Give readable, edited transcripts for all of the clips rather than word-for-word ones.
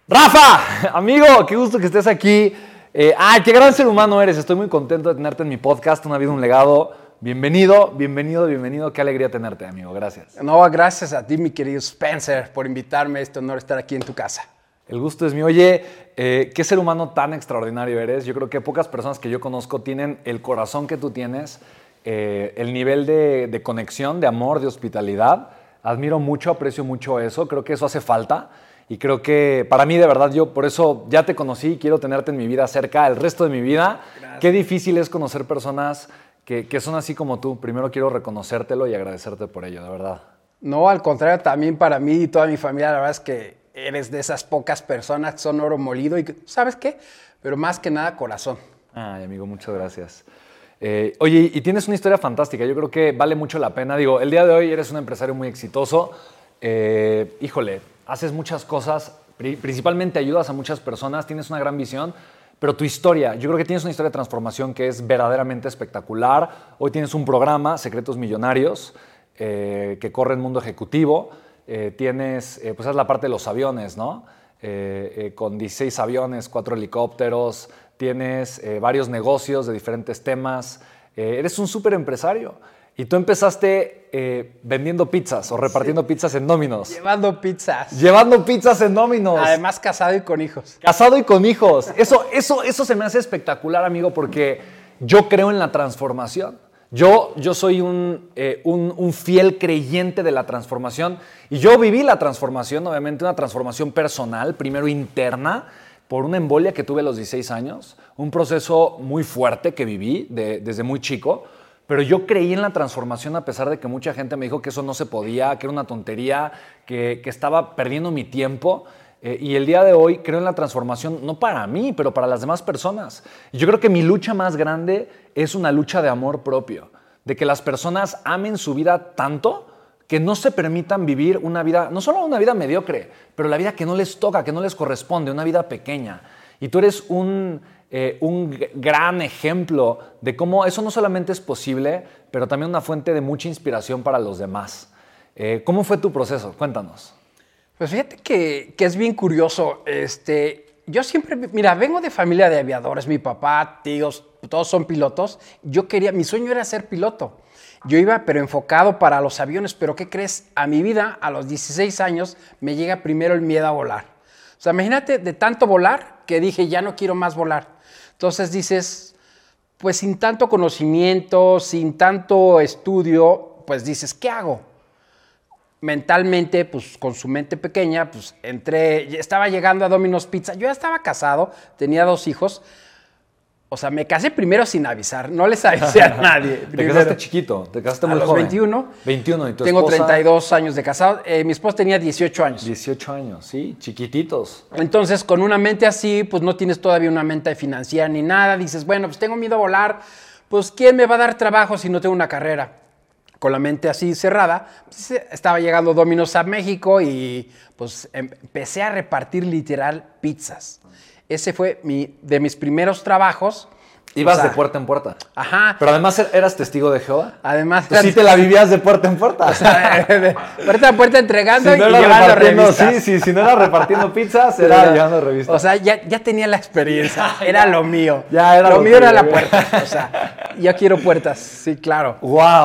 Rafa, amigo, qué gusto que estés aquí. Qué gran ser humano eres. Estoy muy contento de tenerte en mi podcast, Una vida, un legado. Bienvenido. Qué alegría tenerte, amigo. Gracias. No, gracias a ti, mi querido Spencer, por invitarme. Es un honor estar aquí en tu casa. El gusto es mío. Oye, qué ser humano tan extraordinario eres. Yo creo que pocas personas que yo conozco tienen el corazón que tú tienes, el nivel de conexión, de amor, de hospitalidad. Admiro mucho, aprecio mucho eso. Creo que eso hace falta. Y creo que para mí, de verdad, yo por eso ya te conocí y quiero tenerte en mi vida cerca el resto de mi vida. Gracias. Qué difícil es conocer personas que son así como tú. Primero quiero reconocértelo y agradecerte por ello, de verdad. No, al contrario, también para mí y toda mi familia, la verdad es que eres de esas pocas personas que son oro molido y ¿sabes qué? Pero más que nada corazón. Ay, amigo, muchas gracias. Oye, y tienes una historia fantástica. Yo creo que vale mucho la pena. Digo, el día de hoy eres un empresario muy exitoso. Híjole, haces muchas cosas, principalmente ayudas a muchas personas, tienes una gran visión, pero tu historia, yo creo que tienes una historia de transformación que es verdaderamente espectacular. Hoy tienes un programa, Secretos Millonarios, que corre en mundo ejecutivo. Tienes, pues es la parte de los aviones, ¿no? Con 16 aviones, 4 helicópteros, tienes varios negocios de diferentes temas. Eres un súper empresario. Y tú empezaste vendiendo pizzas o repartiendo pizzas en Domino's. Llevando pizzas. Llevando pizzas en Domino's. Además, casado y con hijos. Casado y con hijos. Eso se me hace espectacular, amigo, porque yo creo en la transformación. Yo soy un fiel creyente de la transformación. Y yo viví la transformación, obviamente una transformación personal, primero interna, por una embolia que tuve a los 16 años. Un proceso muy fuerte que viví desde muy chico. Pero yo creí en la transformación a pesar de que mucha gente me dijo que eso no se podía, que era una tontería, que estaba perdiendo mi tiempo. Y el día de hoy creo en la transformación, no para mí, pero para las demás personas. Y yo creo que mi lucha más grande es una lucha de amor propio, de que las personas amen su vida tanto que no se permitan vivir una vida, no solo una vida mediocre, pero la vida que no les toca, que no les corresponde, una vida pequeña. Y tú eres un gran ejemplo de cómo eso no solamente es posible, pero también una fuente de mucha inspiración para los demás. ¿Cómo fue tu proceso? Cuéntanos. Pues fíjate que es bien curioso. Yo siempre, mira, vengo de familia de aviadores. Mi papá, tíos, todos son pilotos. Mi sueño era ser piloto. Yo iba, pero enfocado para los aviones. Pero ¿qué crees? A mi vida, a los 16 años, me llega primero el miedo a volar. O sea, imagínate de tanto volar que dije, ya no quiero más volar. Entonces dices, pues sin tanto conocimiento, sin tanto estudio, pues dices, ¿qué hago? Mentalmente, pues con su mente pequeña, pues estaba llegando a Domino's Pizza. Yo ya estaba casado, tenía 2 hijos. O sea, me casé primero sin avisar, no les avisé a nadie. Te casaste chiquito, te casaste muy joven. A los 21. 21, ¿y tu Tengo esposa? 32 años de casado. Mi esposa tenía 18 años. 18 años, sí, chiquititos. Entonces, con una mente así, pues no tienes todavía una mente financiera ni nada. Dices, bueno, pues tengo miedo a volar. Pues, ¿quién me va a dar trabajo si no tengo una carrera? Con la mente así cerrada, pues, estaba llegando Domino's a México y pues empecé a repartir literal pizzas. Ese fue de mis primeros trabajos. Ibas de puerta en puerta. Ajá. Pero además eras testigo de Jehová. Además. Pues sí te la vivías de puerta en puerta. O sea, de puerta a puerta entregando si no y llevando revistas. Sí, si no era repartiendo pizzas, era llevando revistas. O sea, ya tenía la experiencia. Era lo mío. Ya era lo mío era la puerta. O sea, ya quiero puertas. Sí, claro.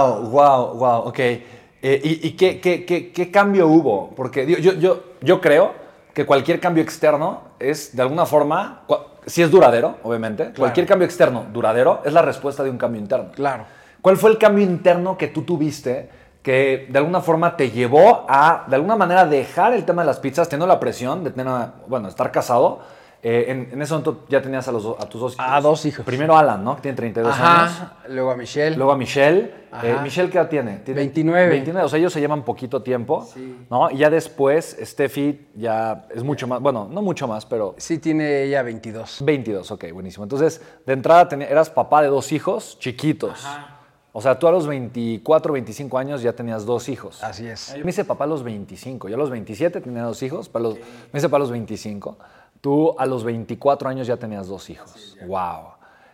Wow. Ok. ¿Y qué cambio hubo? Porque yo creo que cualquier cambio externo es, de alguna forma, si es duradero, obviamente, claro. Cualquier cambio externo duradero es la respuesta de un cambio interno. Claro. ¿Cuál fue el cambio interno que tú tuviste que de alguna forma te llevó a, de alguna manera, dejar el tema de las pizzas, teniendo la presión de estar casado? En ese momento ya tenías a tus 2 hijos. A 2 hijos. Primero Alan, ¿no? Que tiene 32 años. Luego a Michelle. Luego a Michelle. ¿Michelle qué edad tiene? 29. O sea, ellos se llevan poquito tiempo. Sí. ¿No? Y ya después, Steffi ya es mucho más, bueno, no mucho más, pero... Sí, tiene ella 22. 22, ok, buenísimo. Entonces, de entrada eras papá de 2 hijos chiquitos. Ajá. O sea, tú a los 24, 25 años ya tenías 2 hijos. Así es. Me hice papá a los 25. Yo a los 27 tenía 2 hijos. Me hice papá a los 25. Tú a los 24 años ya tenías 2 hijos. Sí, wow.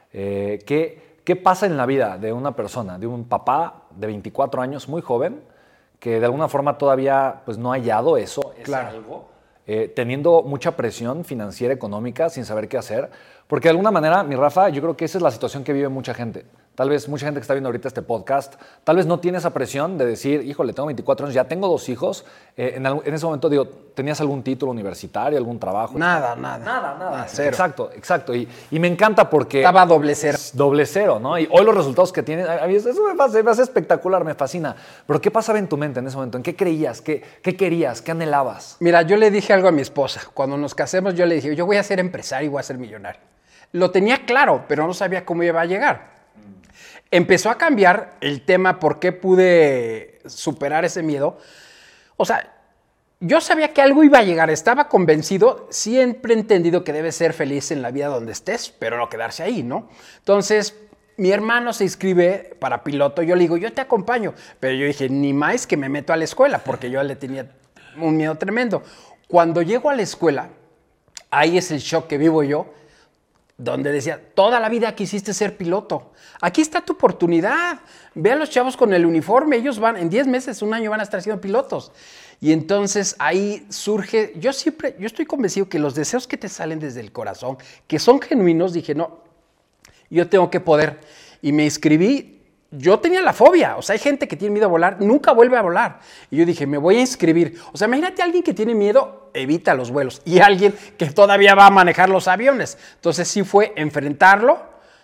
¿Qué pasa en la vida de una persona, de un papá de 24 años muy joven, que de alguna forma todavía pues, no ha hallado eso, claro. algo? teniendo mucha presión financiera, económica, sin saber qué hacer. Porque de alguna manera, mi Rafa, yo creo que esa es la situación que vive mucha gente. Tal vez mucha gente que está viendo ahorita este podcast, tal vez no tiene esa presión de decir, híjole, tengo 24 años, ya tengo 2 hijos. En ese momento, digo, ¿tenías algún título universitario, algún trabajo? Nada. Cero. Exacto. Y me encanta porque... Estaba doble cero. Doble cero, ¿no? Y hoy los resultados que tienes, a mí eso me hace espectacular, me fascina. Pero ¿qué pasaba en tu mente en ese momento? ¿En qué creías? ¿Qué querías? ¿Qué anhelabas? Mira, yo le dije algo a mi esposa. Cuando nos casemos, yo le dije, yo voy a ser empresario y voy a ser millonario. Lo tenía claro, pero no sabía cómo iba a llegar. Empezó a cambiar el tema por qué pude superar ese miedo. O sea, yo sabía que algo iba a llegar, estaba convencido, siempre he entendido que debes ser feliz en la vida donde estés, pero no quedarse ahí, ¿no? Entonces, mi hermano se inscribe para piloto, yo le digo, yo te acompaño, pero yo dije, ni más que me meto a la escuela, porque yo le tenía un miedo tremendo. Cuando llego a la escuela, ahí es el shock que vivo yo, donde decía, toda la vida quisiste ser piloto. Aquí está tu oportunidad. Ve a los chavos con el uniforme. Ellos van, en 10 meses, un año van a estar siendo pilotos. Y entonces ahí surge, yo estoy convencido que los deseos que te salen desde el corazón, que son genuinos, dije, no, yo tengo que poder. Y me inscribí. Yo tenía la fobia, o sea, hay gente que tiene miedo a volar, nunca vuelve a volar. Y yo dije, me voy a inscribir. O sea, imagínate a alguien que tiene miedo, evita los vuelos. Y alguien que todavía va a manejar los aviones. Entonces sí fue enfrentarlo.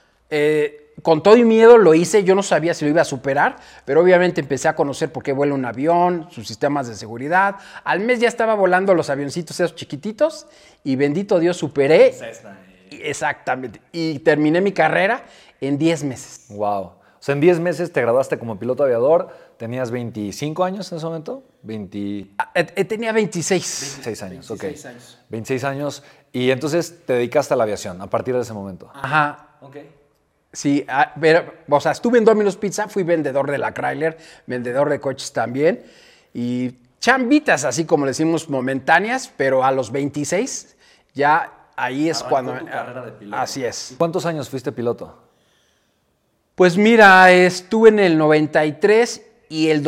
Con todo y miedo lo hice, yo no sabía si lo iba a superar, pero obviamente empecé a conocer por qué vuela un avión, sus sistemas de seguridad. Al mes ya estaba volando los avioncitos esos chiquititos y bendito Dios superé. Exactamente. Y terminé mi carrera en 10 meses. Wow. O sea, en 10 meses te graduaste como piloto aviador, ¿tenías 25 años en ese momento? Tenía 26. 26 años, 26 ok. años. 26 años. Y entonces te dedicaste a la aviación a partir de ese momento. Ajá. Ok. Sí, pero, o sea, estuve en Domino's Pizza, fui vendedor de la Chrysler, vendedor de coches también. Y chambitas, así como decimos, momentáneas, pero a los 26 ya ahí es cuando... tu carrera de piloto. Así es. ¿Cuántos años fuiste piloto? Pues mira, estuve en el 93 y el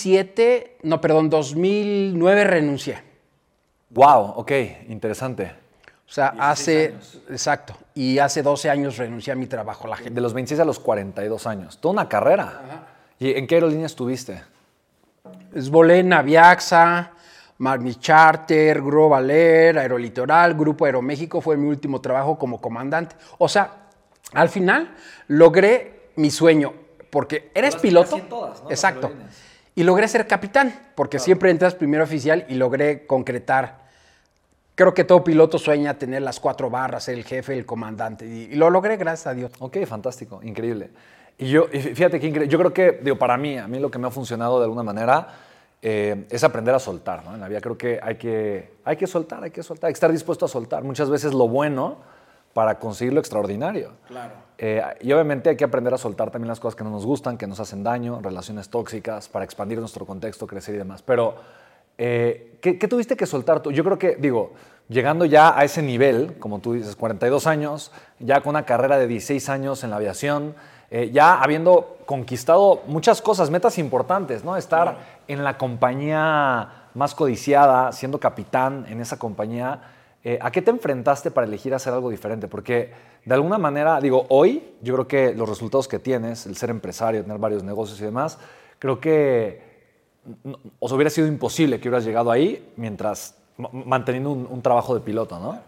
2009 renuncié. Wow, ok, interesante. O sea, exacto, y hace 12 años renuncié a mi trabajo. La gente. De los 26 a los 42 años, toda una carrera. Ajá. ¿Y en qué aerolínea estuviste? Volé en Aviaxa, Magni Charter, Grupo Valer, Aerolitoral, Grupo Aeroméxico, fue mi último trabajo como comandante. O sea, al final logré mi sueño, porque eres piloto. Casi en todas, ¿no? Exacto. Y logré ser capitán, porque siempre entras primero oficial y logré concretar. Creo que todo piloto sueña tener las 4 barras, ser el jefe, el comandante. Y lo logré, gracias a Dios. Ok, fantástico, increíble. Y fíjate que increíble. Yo creo que, digo, a mí lo que me ha funcionado de alguna manera es aprender a soltar, ¿no? En la vida creo que hay que soltar, hay que estar dispuesto a soltar. Muchas veces lo bueno para conseguir lo extraordinario. Claro. Y obviamente hay que aprender a soltar también las cosas que no nos gustan, que nos hacen daño, relaciones tóxicas, para expandir nuestro contexto, crecer y demás. Pero, ¿qué tuviste que soltar tú? Yo creo que, digo, llegando ya a ese nivel, como tú dices, 42 años, ya con una carrera de 16 años en la aviación, ya habiendo conquistado muchas cosas, metas importantes, ¿no? Estar en la compañía más codiciada, siendo capitán en esa compañía. ¿A qué te enfrentaste para elegir hacer algo diferente? Porque de alguna manera, digo, hoy yo creo que los resultados que tienes, el ser empresario, tener varios negocios y demás, creo que os hubiera sido imposible que hubieras llegado ahí mientras manteniendo un trabajo de piloto, ¿no?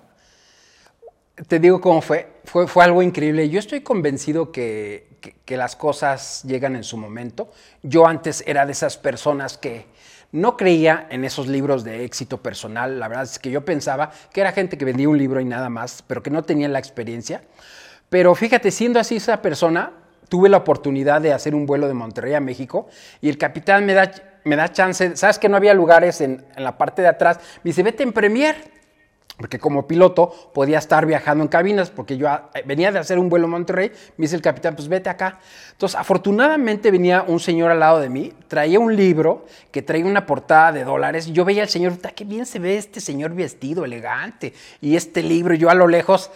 Te digo cómo fue. Fue algo increíble. Yo estoy convencido que las cosas llegan en su momento. Yo antes era de esas personas que no creía en esos libros de éxito personal. La verdad es que yo pensaba que era gente que vendía un libro y nada más, pero que no tenía la experiencia. Pero fíjate, siendo así esa persona, tuve la oportunidad de hacer un vuelo de Monterrey a México y el capitán me da chance. ¿Sabes que no había lugares en la parte de atrás? Me dice, vete en Premier. Porque como piloto podía estar viajando en cabinas, porque yo venía de hacer un vuelo a Monterrey, me dice el capitán, pues vete acá. Entonces, afortunadamente venía un señor al lado de mí, traía un libro que traía una portada de $, y yo veía al señor, qué bien se ve este señor vestido, elegante, y este libro, yo a lo lejos,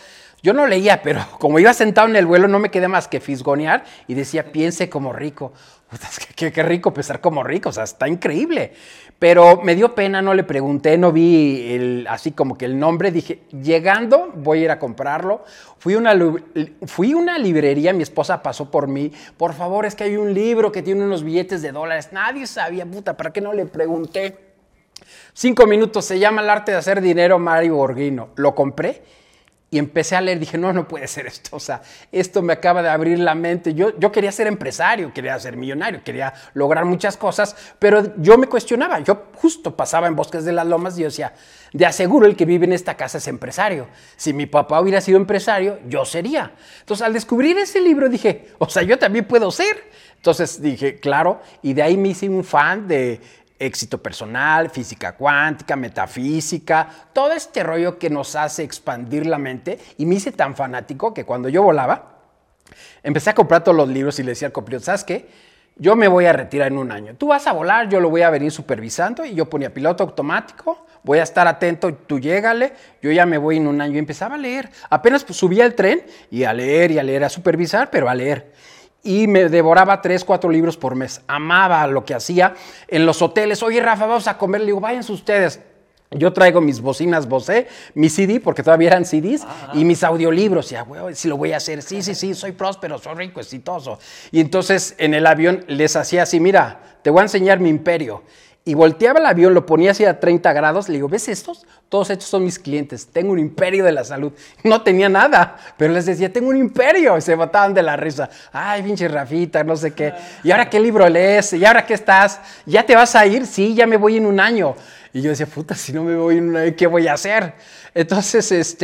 Yo no leía, pero como iba sentado en el vuelo no me quedé más que fisgonear y decía, piense como rico. Qué rico pensar como rico, o sea, está increíble. Pero me dio pena, no le pregunté, no vi así como que el nombre. Dije, llegando voy a ir a comprarlo. Fui a una librería, mi esposa pasó por mí. Por favor, es que hay un libro que tiene unos billetes de $. Nadie sabía, puta, ¿para qué no le pregunté? 5 minutos, se llama El arte de hacer dinero, Mario Borghino. Lo compré y empecé a leer. Dije, no puede ser esto. O sea, esto me acaba de abrir la mente. Yo quería ser empresario, quería ser millonario, quería lograr muchas cosas, pero yo me cuestionaba. Yo justo pasaba en Bosques de las Lomas y yo decía, de aseguro el que vive en esta casa es empresario. Si mi papá hubiera sido empresario, yo sería. Entonces, al descubrir ese libro dije, o sea, yo también puedo ser. Entonces dije, claro, y de ahí me hice un fan de éxito personal, física cuántica, metafísica, todo este rollo que nos hace expandir la mente, y me hice tan fanático que cuando yo volaba, empecé a comprar todos los libros y le decía al copiloto, ¿sabes qué? Yo me voy a retirar en un año. Tú vas a volar, yo lo voy a venir supervisando, y yo ponía piloto automático, voy a estar atento, tú llégale, yo ya me voy en un año. Y empezaba a leer. Apenas subía al tren y a leer, a supervisar, pero a leer. Y me devoraba 3, 4 libros por mes. Amaba lo que hacía en los hoteles. Oye, Rafa, vamos a comer. Le digo, váyanse ustedes. Yo traigo mis bocinas Bose, mi CD, porque todavía eran CDs, y mis audiolibros. Y, güey, sí lo voy a hacer. Sí, soy próspero, soy rico, exitoso. Y entonces en el avión les hacía así, mira, te voy a enseñar mi imperio. Y volteaba el avión, lo ponía así a 30 grados, le digo, ¿ves estos? Todos estos son mis clientes, tengo un imperio de la salud. No tenía nada, pero les decía, tengo un imperio, y se botaban de la risa. Ay, pinche Rafita, no sé qué. ¿Y ahora qué libro lees? ¿Y ahora qué estás? ¿Ya te vas a ir? Sí, ya me voy en un año. Y yo decía, puta, si no me voy en un año, ¿qué voy a hacer? Entonces,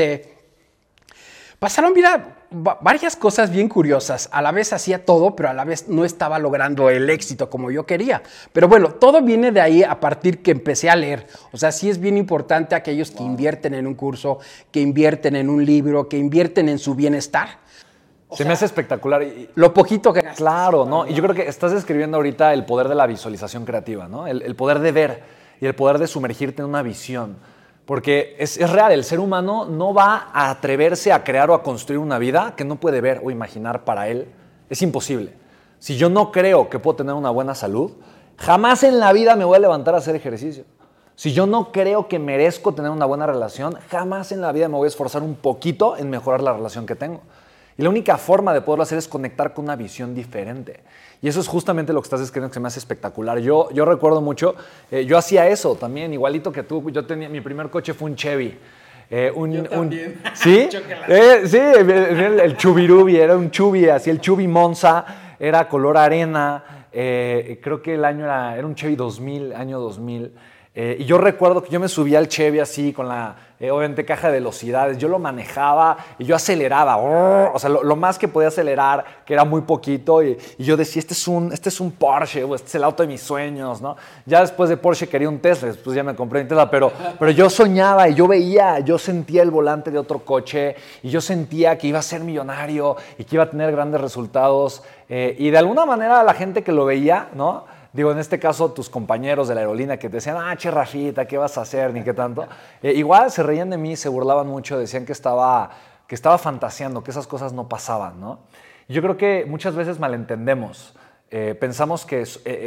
pasaron, mira, varias cosas bien curiosas. A la vez hacía todo, pero a la vez no estaba logrando el éxito como yo quería. Pero bueno, todo viene de ahí a partir que empecé a leer. O sea, sí es bien importante aquellos que invierten en un curso, que invierten en un libro, que invierten en su bienestar. Se me hace espectacular. Lo poquito que... Claro, ¿no? Y yo creo que estás describiendo ahorita el poder de la visualización creativa, ¿no? El poder de ver y el poder de sumergirte en una visión. Porque es real, el ser humano no va a atreverse a crear o a construir una vida que no puede ver o imaginar para él. Es imposible. Si yo no creo que puedo tener una buena salud, jamás en la vida me voy a levantar a hacer ejercicio. Si yo no creo que merezco tener una buena relación, jamás en la vida me voy a esforzar un poquito en mejorar la relación que tengo. Y la única forma de poderlo hacer es conectar con una visión diferente. Y eso es justamente lo que estás describiendo, que se me hace espectacular. Yo recuerdo mucho, yo hacía eso también, igualito que tú. Yo tenía, mi primer coche fue un Chevy. Yo también. ¿Sí? Sí, el Chubirubi, era un Chubi, así el Chubi Monza, era color arena. Creo que el año era un Chevy 2000, año 2000. Y yo recuerdo que yo me subía al Chevy así con la, obviamente, caja de velocidades. Yo lo manejaba y yo aceleraba. O sea, lo más que podía acelerar, que era muy poquito. Y yo decía, este es un Porsche, este es el auto de mis sueños, ¿no? Ya después de Porsche quería un Tesla, después ya me compré un Tesla. Pero yo soñaba y yo veía, yo sentía el volante de otro coche. Y yo sentía que iba a ser millonario y que iba a tener grandes resultados. Y de alguna manera la gente que lo veía, ¿no? Digo, en este caso, tus compañeros de la aerolínea que te decían, che, Rafita, ¿qué vas a hacer? Ni qué tanto. Igual se reían de mí, se burlaban mucho, decían que estaba fantaseando, que esas cosas no pasaban, ¿no? Yo creo que muchas veces malentendemos. Pensamos que,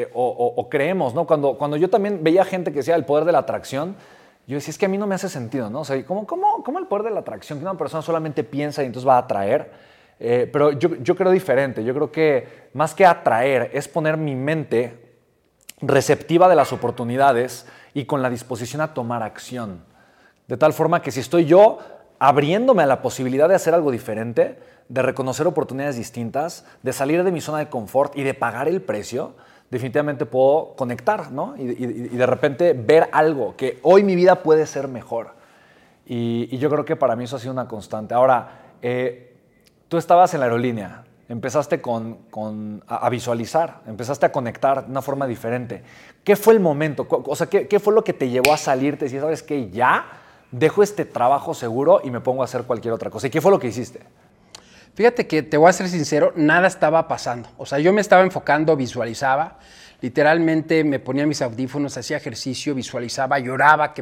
o creemos, ¿no? Cuando yo también veía gente que decía el poder de la atracción, yo decía, es que a mí no me hace sentido, ¿no? O sea, ¿cómo el poder de la atracción? Que una persona solamente piensa y entonces va a atraer. Pero yo creo diferente. Yo creo que más que atraer es poner mi mente receptiva de las oportunidades y con la disposición a tomar acción. De tal forma que si estoy yo abriéndome a la posibilidad de hacer algo diferente, de reconocer oportunidades distintas, de salir de mi zona de confort y de pagar el precio, definitivamente puedo conectar, ¿no? Y de repente ver algo que hoy mi vida puede ser mejor. Y yo creo que para mí eso ha sido una constante. Ahora, tú estabas en la aerolínea. Empezaste a visualizar, empezaste a conectar de una forma diferente. ¿Qué fue el momento? O sea, ¿qué fue lo que te llevó a salirte y decir, ¿sabes qué? Ya dejo este trabajo seguro y me pongo a hacer cualquier otra cosa. ¿Y qué fue lo que hiciste? Fíjate que, te voy a ser sincero, nada estaba pasando. O sea, yo me estaba enfocando, visualizaba. Literalmente me ponía mis audífonos, hacía ejercicio, visualizaba, lloraba,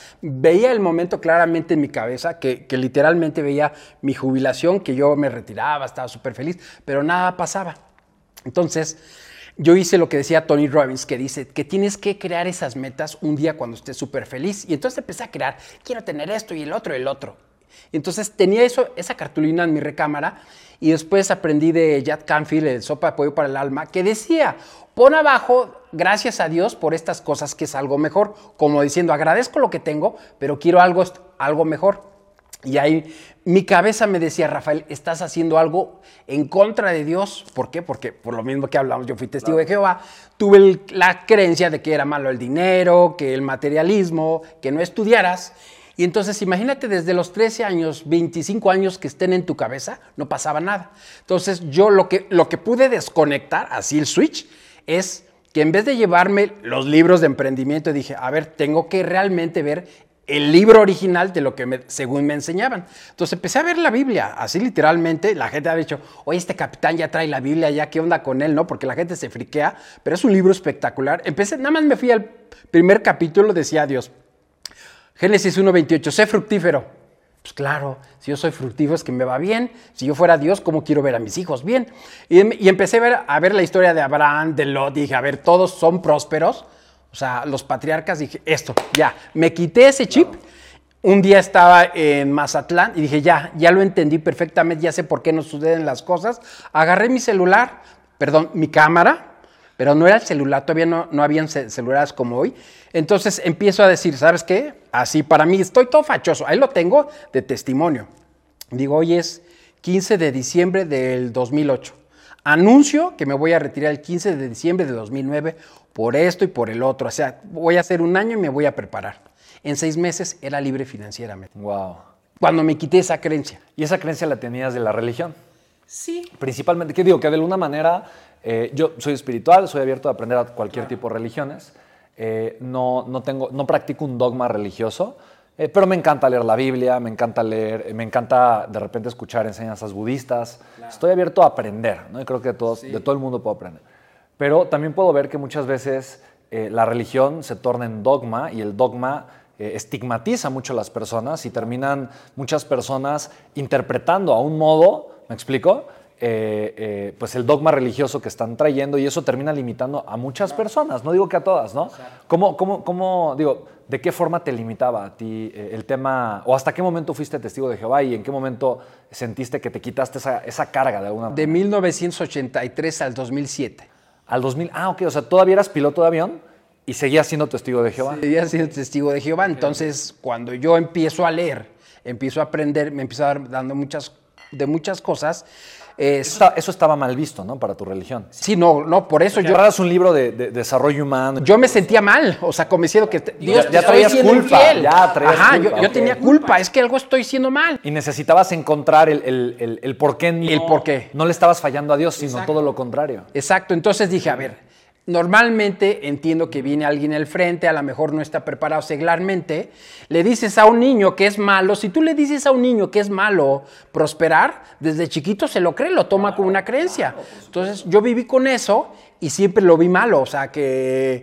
veía el momento claramente en mi cabeza, que literalmente veía mi jubilación, que yo me retiraba, estaba súper feliz, pero nada pasaba. Entonces, yo hice lo que decía Tony Robbins, que dice que tienes que crear esas metas un día cuando estés súper feliz. Y entonces empecé a crear, quiero tener esto y el otro y el otro. Y entonces tenía esa cartulina en mi recámara y después aprendí de Jack Canfield, el Sopa de Pollo para el Alma, que decía, pon abajo, gracias a Dios por estas cosas que es algo mejor, como diciendo, agradezco lo que tengo, pero quiero algo mejor. Y ahí mi cabeza me decía, Rafael, estás haciendo algo en contra de Dios. ¿Por qué? Porque por lo mismo que hablamos, yo fui testigo de Jehová, tuve la creencia de que era malo el dinero, que el materialismo, que no estudiaras. Y entonces imagínate desde los 13 años, 25 años que estén en tu cabeza, no pasaba nada. Entonces yo lo que pude desconectar, así el switch, es que en vez de llevarme los libros de emprendimiento, dije, a ver, tengo que realmente ver el libro original de lo que según me enseñaban. Entonces empecé a ver la Biblia, así literalmente. La gente ha dicho, oye, este capitán ya trae la Biblia, ya, ¿qué onda con él? ¿No? Porque la gente se friquea, pero es un libro espectacular. Nada más me fui al primer capítulo, decía Dios, Génesis 1:28, sé fructífero. Pues claro, si yo soy fructífero es que me va bien. Si yo fuera Dios, ¿cómo quiero ver a mis hijos bien? Y empecé a ver la historia de Abraham, de Lot, dije, a ver, todos son prósperos. O sea, los patriarcas, dije, esto, ya, me quité ese chip. Un día estaba en Mazatlán y dije, ya lo entendí perfectamente, ya sé por qué no suceden las cosas. Agarré mi celular, mi cámara, pero no era el celular, todavía no habían celulares como hoy. Entonces empiezo a decir, ¿sabes qué? Así para mí, estoy todo fachoso, ahí lo tengo de testimonio. Digo, hoy es 15 de diciembre del 2008. Anuncio que me voy a retirar el 15 de diciembre de 2009 por esto y por el otro. O sea, voy a hacer un año y me voy a preparar. En 6 meses era libre financieramente. Wow. Cuando me quité esa creencia. ¿Y esa creencia la tenías de la religión? Sí. Principalmente, ¿qué digo? Que de alguna manera yo soy espiritual, soy abierto a aprender a cualquier tipo de religiones. No practico un dogma religioso, pero me encanta leer la Biblia, me encanta de repente escuchar enseñanzas budistas. Claro. Estoy abierto a aprender, ¿no? Y creo que de todo el mundo puedo aprender. Pero también puedo ver que muchas veces la religión se torna en dogma y el dogma estigmatiza mucho a las personas y terminan muchas personas interpretando a un modo, ¿me explico? Pues el dogma religioso que están trayendo y eso termina limitando a muchas personas, no digo que a todas, ¿no? ¿Cómo de qué forma te limitaba a ti el tema, o hasta qué momento fuiste testigo de Jehová y en qué momento sentiste que te quitaste esa carga de alguna manera? De 1983 al 2007. Al 2000, ok, o sea, todavía eras piloto de avión y seguías siendo testigo de Jehová. Seguía siendo testigo de Jehová, entonces cuando yo empiezo a leer, empiezo a aprender, me empiezo a dar dando muchas cosas. Eso estaba mal visto, ¿no? Para tu religión. Sí, no, por eso yo... agarras un libro de desarrollo humano. Yo me sentía mal, o sea, como diciendo que Dios, ya traías culpa. Ya traías culpa. Yo tenía culpa, es que algo estoy haciendo mal. Y necesitabas encontrar el por qué no, el por qué. No le estabas fallando a Dios, sino todo lo contrario. Exacto, entonces dije, a ver, normalmente entiendo que viene alguien al frente, a lo mejor no está preparado seglarmente, le dices a un niño que es malo, si tú le dices a un niño que es malo prosperar, desde chiquito se lo cree, lo toma como una creencia. Entonces yo viví con eso y siempre lo vi malo, o sea, que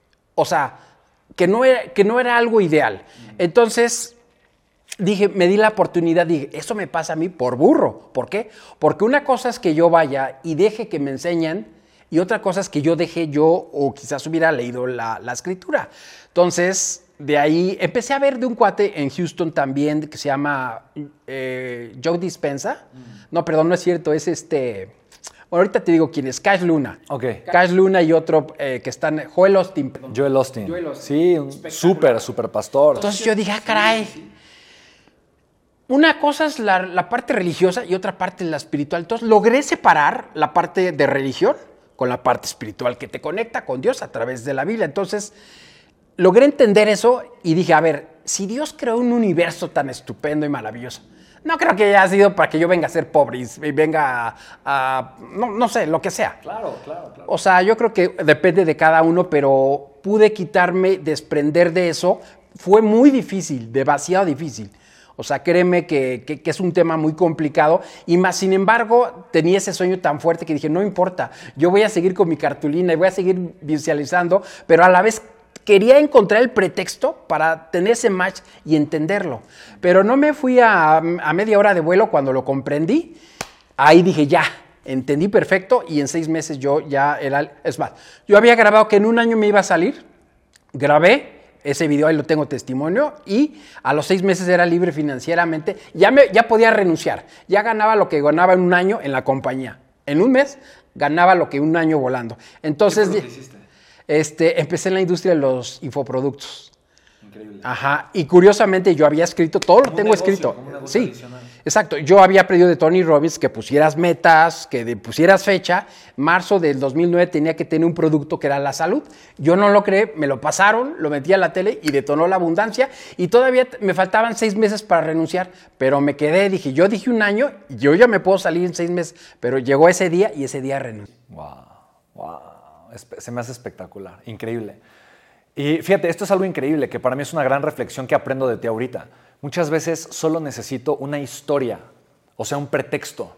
no era algo ideal. Entonces me di la oportunidad, dije, eso me pasa a mí por burro. ¿Por qué? Porque una cosa es que yo vaya y deje que me enseñen, y otra cosa es que yo o quizás hubiera leído la escritura. Entonces, de ahí empecé a ver de un cuate en Houston también que se llama Joe Dispenza. No, perdón, no es cierto, es Bueno, ahorita te digo quién es, Cash Luna. Ok. Cash Luna y otro que están, Joel Osteen. Joel Osteen. Sí, un súper pastor. Entonces yo dije, caray. Una cosa es la parte religiosa y otra parte la espiritual. Entonces logré separar la parte de religión con la parte espiritual que te conecta con Dios a través de la Biblia. Entonces, logré entender eso y dije, a ver, si Dios creó un universo tan estupendo y maravilloso, no creo que haya sido para que yo venga a ser pobre y venga no sé, lo que sea. Claro. O sea, yo creo que depende de cada uno, pero pude desprender de eso. Fue muy difícil, demasiado difícil. O sea, créeme que es un tema muy complicado y más, sin embargo, tenía ese sueño tan fuerte que dije, no importa, yo voy a seguir con mi cartulina y voy a seguir visualizando, pero a la vez quería encontrar el pretexto para tener ese match y entenderlo. Pero no me fui a media hora de vuelo cuando lo comprendí. Ahí dije, ya, entendí perfecto y en 6 meses yo ya era... Es más, yo había grabado que en 1 año me iba a salir, grabé ese video, ahí lo tengo testimonio, y a los 6 meses era libre financieramente, ya podía renunciar, ya ganaba lo que ganaba en 1 año en la compañía. En 1 mes ganaba lo que 1 año volando. Entonces, ¿Qué hiciste? empecé en la industria de los infoproductos. Increíble. Ajá, y curiosamente yo había escrito, todo lo tengo escrito. Como un negocio Sí, tradicional. exacto. Yo había pedido de Tony Robbins que pusieras metas, que pusieras fecha. Marzo del 2009 tenía que tener un producto que era la salud. Yo no lo creé, me lo pasaron, lo metí a la tele y detonó la abundancia. Y todavía me faltaban 6 meses para renunciar, pero me quedé, yo dije 1 año, y yo ya me puedo salir en 6 meses, pero llegó ese día y ese día renuncié. Wow. Se me hace espectacular, increíble. Y fíjate, esto es algo increíble, que para mí es una gran reflexión que aprendo de ti ahorita. Muchas veces solo necesito una historia, o sea, un pretexto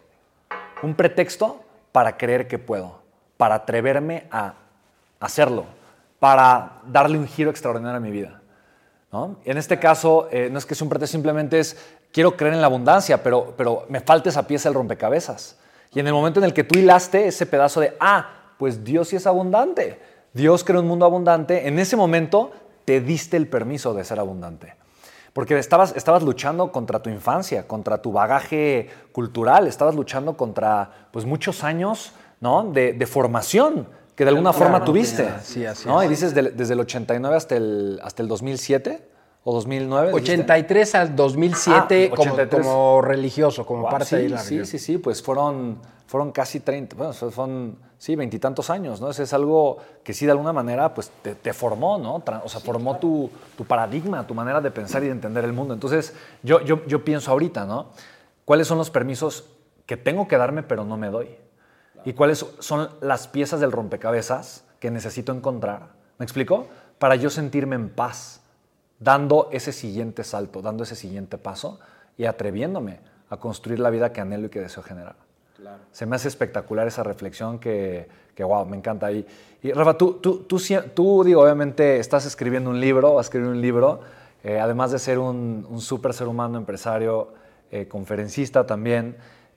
para creer que puedo, para atreverme a hacerlo, para darle un giro extraordinario a mi vida, ¿no? En este caso, no es que sea un pretexto, simplemente es, quiero creer en la abundancia, pero me falta esa pieza del rompecabezas. Y en el momento en el que tú hilaste ese pedazo de, pues Dios sí es abundante, Dios creó un mundo abundante, en ese momento te diste el permiso de ser abundante. Porque estabas luchando contra tu infancia, contra tu bagaje cultural, estabas luchando contra pues, muchos años, ¿no? de formación que de alguna forma tuviste. Sí, así ¿no? es. Y dices desde el 89 hasta el 2007 o 2009. 83 al 2007 83. como religioso, como parte de la religión. Sí, pues fueron casi 30, bueno, fueron, 20 y tantos años, ¿no? Es algo que sí de alguna manera pues te formó, ¿no? O sea, formó tu paradigma, tu manera de pensar y de entender el mundo. Entonces, yo pienso ahorita, ¿no? ¿Cuáles son los permisos que tengo que darme pero no me doy? ¿Y cuáles son las piezas del rompecabezas que necesito encontrar? ¿Me explico? Para yo sentirme en paz, dando ese siguiente salto, dando ese siguiente paso y atreviéndome a construir la vida que anhelo y que deseo generar. Claro. Se me hace espectacular esa reflexión que wow, me encanta. Y Rafa, tú digo, obviamente estás escribiendo un libro, vas a escribir un libro, además de ser un súper ser humano, empresario, conferencista también,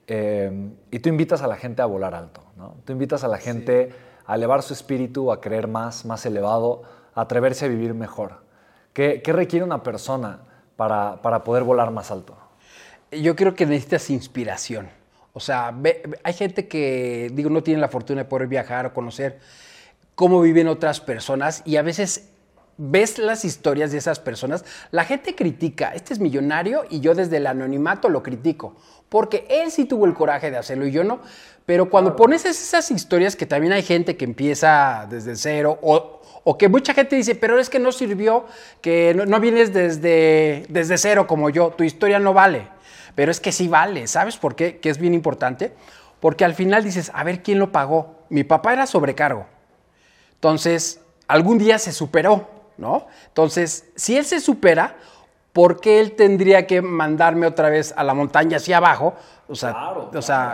y tú invitas a la gente a volar alto, ¿no? Tú invitas a la gente a elevar su espíritu, a creer más elevado, a atreverse a vivir mejor. ¿Qué requiere una persona para poder volar más alto? Yo creo que necesitas inspiración. O sea, hay gente que, no tiene la fortuna de poder viajar o conocer cómo viven otras personas y a veces ves las historias de esas personas. La gente critica, este es millonario y yo desde el anonimato lo critico, porque él sí tuvo el coraje de hacerlo y yo no. Pero cuando pones esas historias, que también hay gente que empieza desde cero o que mucha gente dice, pero es que no sirvió, que no vienes desde cero como yo, tu historia no vale. Pero es que sí vale, ¿sabes por qué? Que es bien importante. Porque al final dices, a ver, ¿quién lo pagó? Mi papá era sobrecargo. Entonces, algún día se superó, ¿no? Entonces, si él se supera, ¿por qué él tendría que mandarme otra vez a la montaña hacia abajo? O sea, Claro.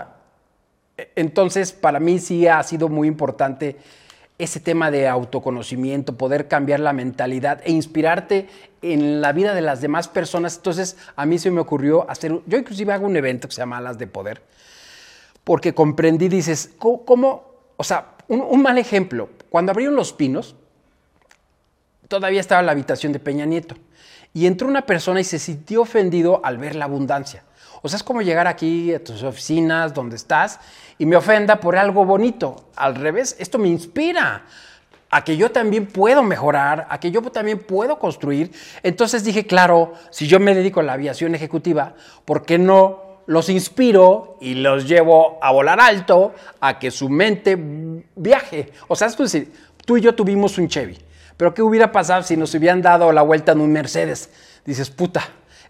Entonces, para mí sí ha sido muy importante ese tema de autoconocimiento, poder cambiar la mentalidad e inspirarte en la vida de las demás personas. Entonces, a mí se me ocurrió yo inclusive hago un evento que se llama Alas de Poder, porque comprendí, dices, ¿cómo? O sea, un mal ejemplo, cuando abrieron Los Pinos, todavía estaba la habitación de Peña Nieto, y entró una persona y se sintió ofendido al ver la abundancia. O sea, es como llegar aquí a tus oficinas, donde estás, y me ofenda por algo bonito. Al revés, esto me inspira a que yo también puedo mejorar, a que yo también puedo construir. Entonces dije, claro, si yo me dedico a la aviación ejecutiva, ¿por qué no los inspiro y los llevo a volar alto, a que su mente viaje? O sea, es decir, tú y yo tuvimos un Chevy, pero ¿qué hubiera pasado si nos hubieran dado la vuelta en un Mercedes? Dices, puta,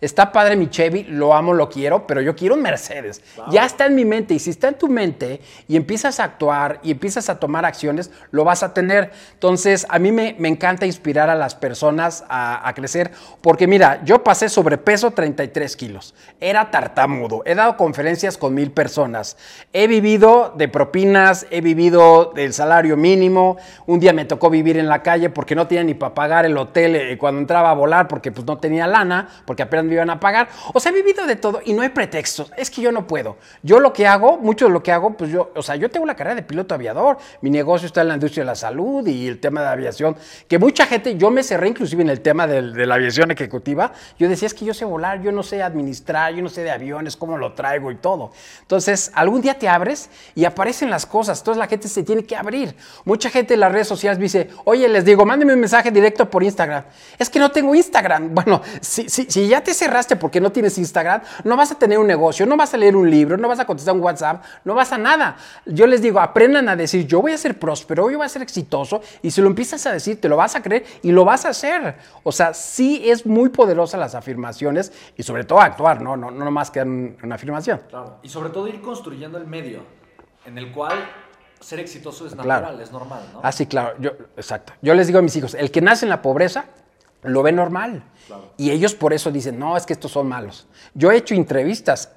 Está padre mi Chevy, lo amo, lo quiero, pero yo quiero un Mercedes. Wow. Ya está en mi mente, y si está en tu mente y empiezas a actuar y empiezas a tomar acciones, lo vas a tener. Entonces, a mí me encanta inspirar a las personas a crecer, porque mira, yo pasé sobrepeso 33 kilos, era tartamudo, he dado conferencias con 1,000 personas, he vivido de propinas, he vivido del salario mínimo, un día me tocó vivir en la calle porque no tenía ni para pagar el hotel cuando entraba a volar, porque pues no tenía lana, porque apenas me iban a pagar. O sea, he vivido de todo y no hay pretextos. Es que yo no puedo. Yo lo que hago, mucho de lo que hago, pues yo tengo la carrera de piloto aviador. Mi negocio está en la industria de la salud y el tema de la aviación. Que mucha gente, yo me cerré inclusive en el tema de la aviación ejecutiva. Yo decía, es que yo sé volar, yo no sé administrar, yo no sé de aviones, cómo lo traigo y todo. Entonces, algún día te abres y aparecen las cosas. Entonces, la gente se tiene que abrir. Mucha gente en las redes sociales me dice, oye, les digo, mándenme un mensaje directo por Instagram. Es que no tengo Instagram. Bueno, si ya te cerraste porque no tienes Instagram, no vas a tener un negocio, no vas a leer un libro, no vas a contestar un WhatsApp, no vas a nada. Yo les digo, aprendan a decir, yo voy a ser próspero, yo voy a ser exitoso, y si lo empiezas a decir, te lo vas a creer y lo vas a hacer. O sea, sí es muy poderosa las afirmaciones y sobre todo actuar, no más que una afirmación. Claro. Y sobre todo ir construyendo el medio en el cual ser exitoso es natural, claro. Es normal, ¿no? Ah, sí, claro. Exacto. Yo les digo a mis hijos, el que nace en la pobreza lo ve normal. Claro. Y ellos por eso dicen, no, es que estos son malos. Yo he hecho entrevistas,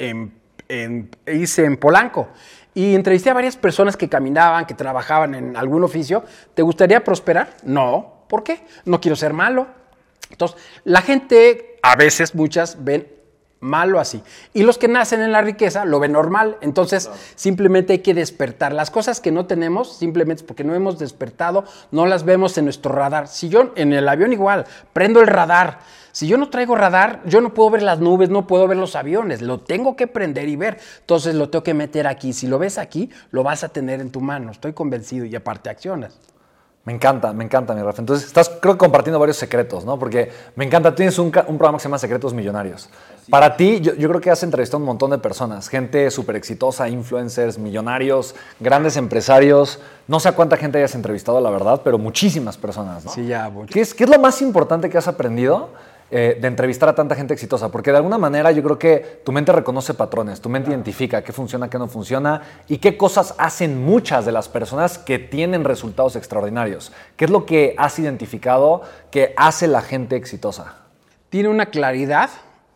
hice en Polanco, y entrevisté a varias personas que caminaban, que trabajaban en algún oficio. ¿Te gustaría prosperar? No. ¿Por qué? No quiero ser malo. Entonces, la gente, a veces, muchas, ven malo así. Y los que nacen en la riqueza lo ven normal. Entonces, claro, simplemente hay que despertar. Las cosas que no tenemos, simplemente es porque no hemos despertado, no las vemos en nuestro radar. Si yo en el avión igual, prendo el radar. Si yo no traigo radar, yo no puedo ver las nubes, no puedo ver los aviones. Lo tengo que prender y ver. Entonces, lo tengo que meter aquí. Si lo ves aquí, lo vas a tener en tu mano. Estoy convencido y aparte accionas. Me encanta, mi Rafa. Entonces, estás, creo que compartiendo varios secretos, ¿no? Porque me encanta, tienes un programa que se llama Secretos Millonarios. Sí. Para ti, yo creo que has entrevistado a un montón de personas, gente súper exitosa, influencers, millonarios, grandes empresarios. No sé a cuánta gente hayas entrevistado, la verdad, pero muchísimas personas, ¿no? Sí, ya. Mucho. ¿Qué es lo más importante que has aprendido de entrevistar a tanta gente exitosa? Porque de alguna manera yo creo que tu mente reconoce patrones, tu mente identifica qué funciona, qué no funciona y qué cosas hacen muchas de las personas que tienen resultados extraordinarios. ¿Qué es lo que has identificado que hace la gente exitosa? Tiene una claridad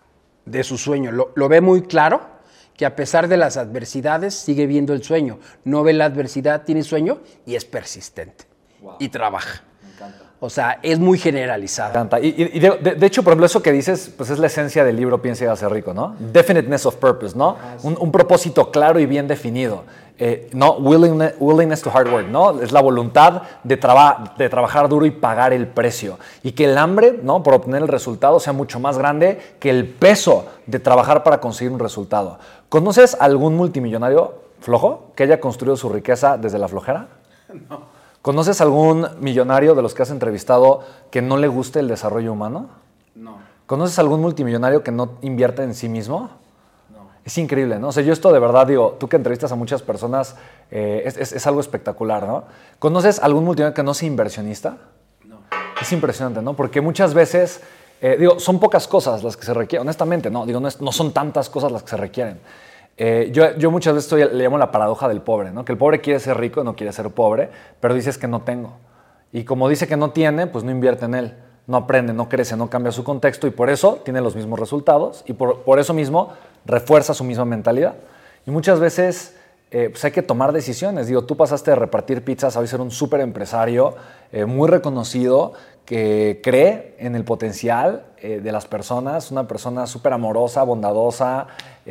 de su sueño, lo ve muy claro, que a pesar de las adversidades sigue viendo el sueño. No ve la adversidad, tiene sueño y es persistente. Wow. Y trabaja. Me encanta. O sea, es muy generalizado. Y de hecho, por ejemplo, eso que dices, pues es la esencia del libro Piensa y hágase rico, ¿no? Definiteness of purpose, ¿no? Sí. Un propósito claro y bien definido. ¿No? Willingness to hard work, ¿no? Es la voluntad de trabajar duro y pagar el precio. Y que el hambre, ¿no? Por obtener el resultado sea mucho más grande que el peso de trabajar para conseguir un resultado. ¿Conoces algún multimillonario flojo que haya construido su riqueza desde la flojera? No. ¿Conoces algún millonario de los que has entrevistado que no le guste el desarrollo humano? No. ¿Conoces algún multimillonario que no invierte en sí mismo? No. Es increíble, ¿no? O sea, yo esto de verdad digo, tú que entrevistas a muchas personas, es algo espectacular, ¿no? ¿Conoces algún multimillonario que no sea inversionista? No. Es impresionante, ¿no? Porque muchas veces, son pocas cosas las que se requieren, honestamente, ¿no? No son tantas cosas las que se requieren. Yo muchas veces le llamo la paradoja del pobre, ¿no? Que el pobre quiere ser rico, no quiere ser pobre, pero dices que no tengo. Y como dice que no tiene, pues no invierte en él, no aprende, no crece, no cambia su contexto y por eso tiene los mismos resultados y por eso mismo refuerza su misma mentalidad. Y muchas veces pues hay que tomar decisiones. Tú pasaste de repartir pizzas a hoy ser un súper empresario muy reconocido que cree en el potencial de las personas, una persona súper amorosa, bondadosa,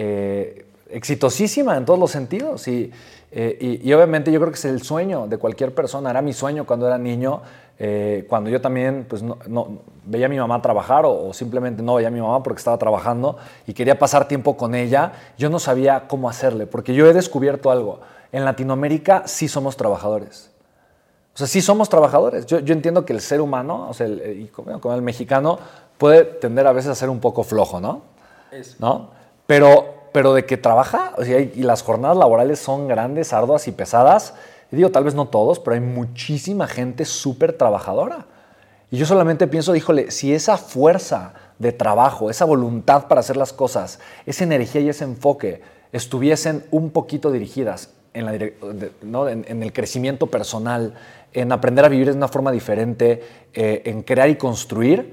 exitosísima en todos los sentidos y obviamente yo creo que es el sueño de cualquier persona. Era mi sueño cuando era niño, cuando yo también pues, no veía a mi mamá trabajar o simplemente no veía a mi mamá porque estaba trabajando y quería pasar tiempo con ella. Yo no sabía cómo hacerle porque yo he descubierto algo. En Latinoamérica sí somos trabajadores. O sea, sí somos trabajadores. Yo entiendo que el ser humano, o sea, como el mexicano, puede tender a veces a ser un poco flojo, ¿no? ¿No? Pero de que trabaja, o sea, y las jornadas laborales son grandes, arduas y pesadas. Y tal vez no todos, pero hay muchísima gente súper trabajadora. Y yo solamente pienso, híjole, si esa fuerza de trabajo, esa voluntad para hacer las cosas, esa energía y ese enfoque estuviesen un poquito dirigidas en el crecimiento personal, en aprender a vivir de una forma diferente, en crear y construir,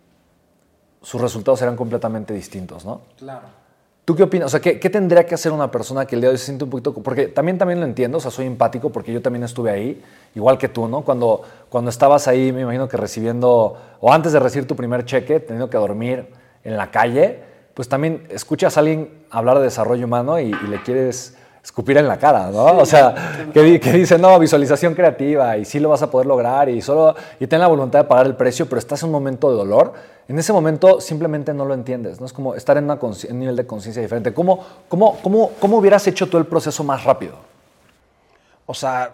sus resultados serán completamente distintos, ¿no? Claro. ¿Tú qué opinas? O sea, ¿qué tendría que hacer una persona que el día de hoy se siente un poquito... Porque también lo entiendo, o sea, soy empático porque yo también estuve ahí, igual que tú, ¿no? Cuando estabas ahí, me imagino que recibiendo, o antes de recibir tu primer cheque, teniendo que dormir en la calle, pues también escuchas a alguien hablar de desarrollo humano y le quieres escupir en la cara, ¿no? Sí. O sea, que dice, no, visualización creativa y sí lo vas a poder lograr y ten la voluntad de pagar el precio, pero estás en un momento de dolor. En ese momento simplemente no lo entiendes, ¿no? Es como estar en un nivel de conciencia diferente. ¿Cómo hubieras hecho tú el proceso más rápido? O sea,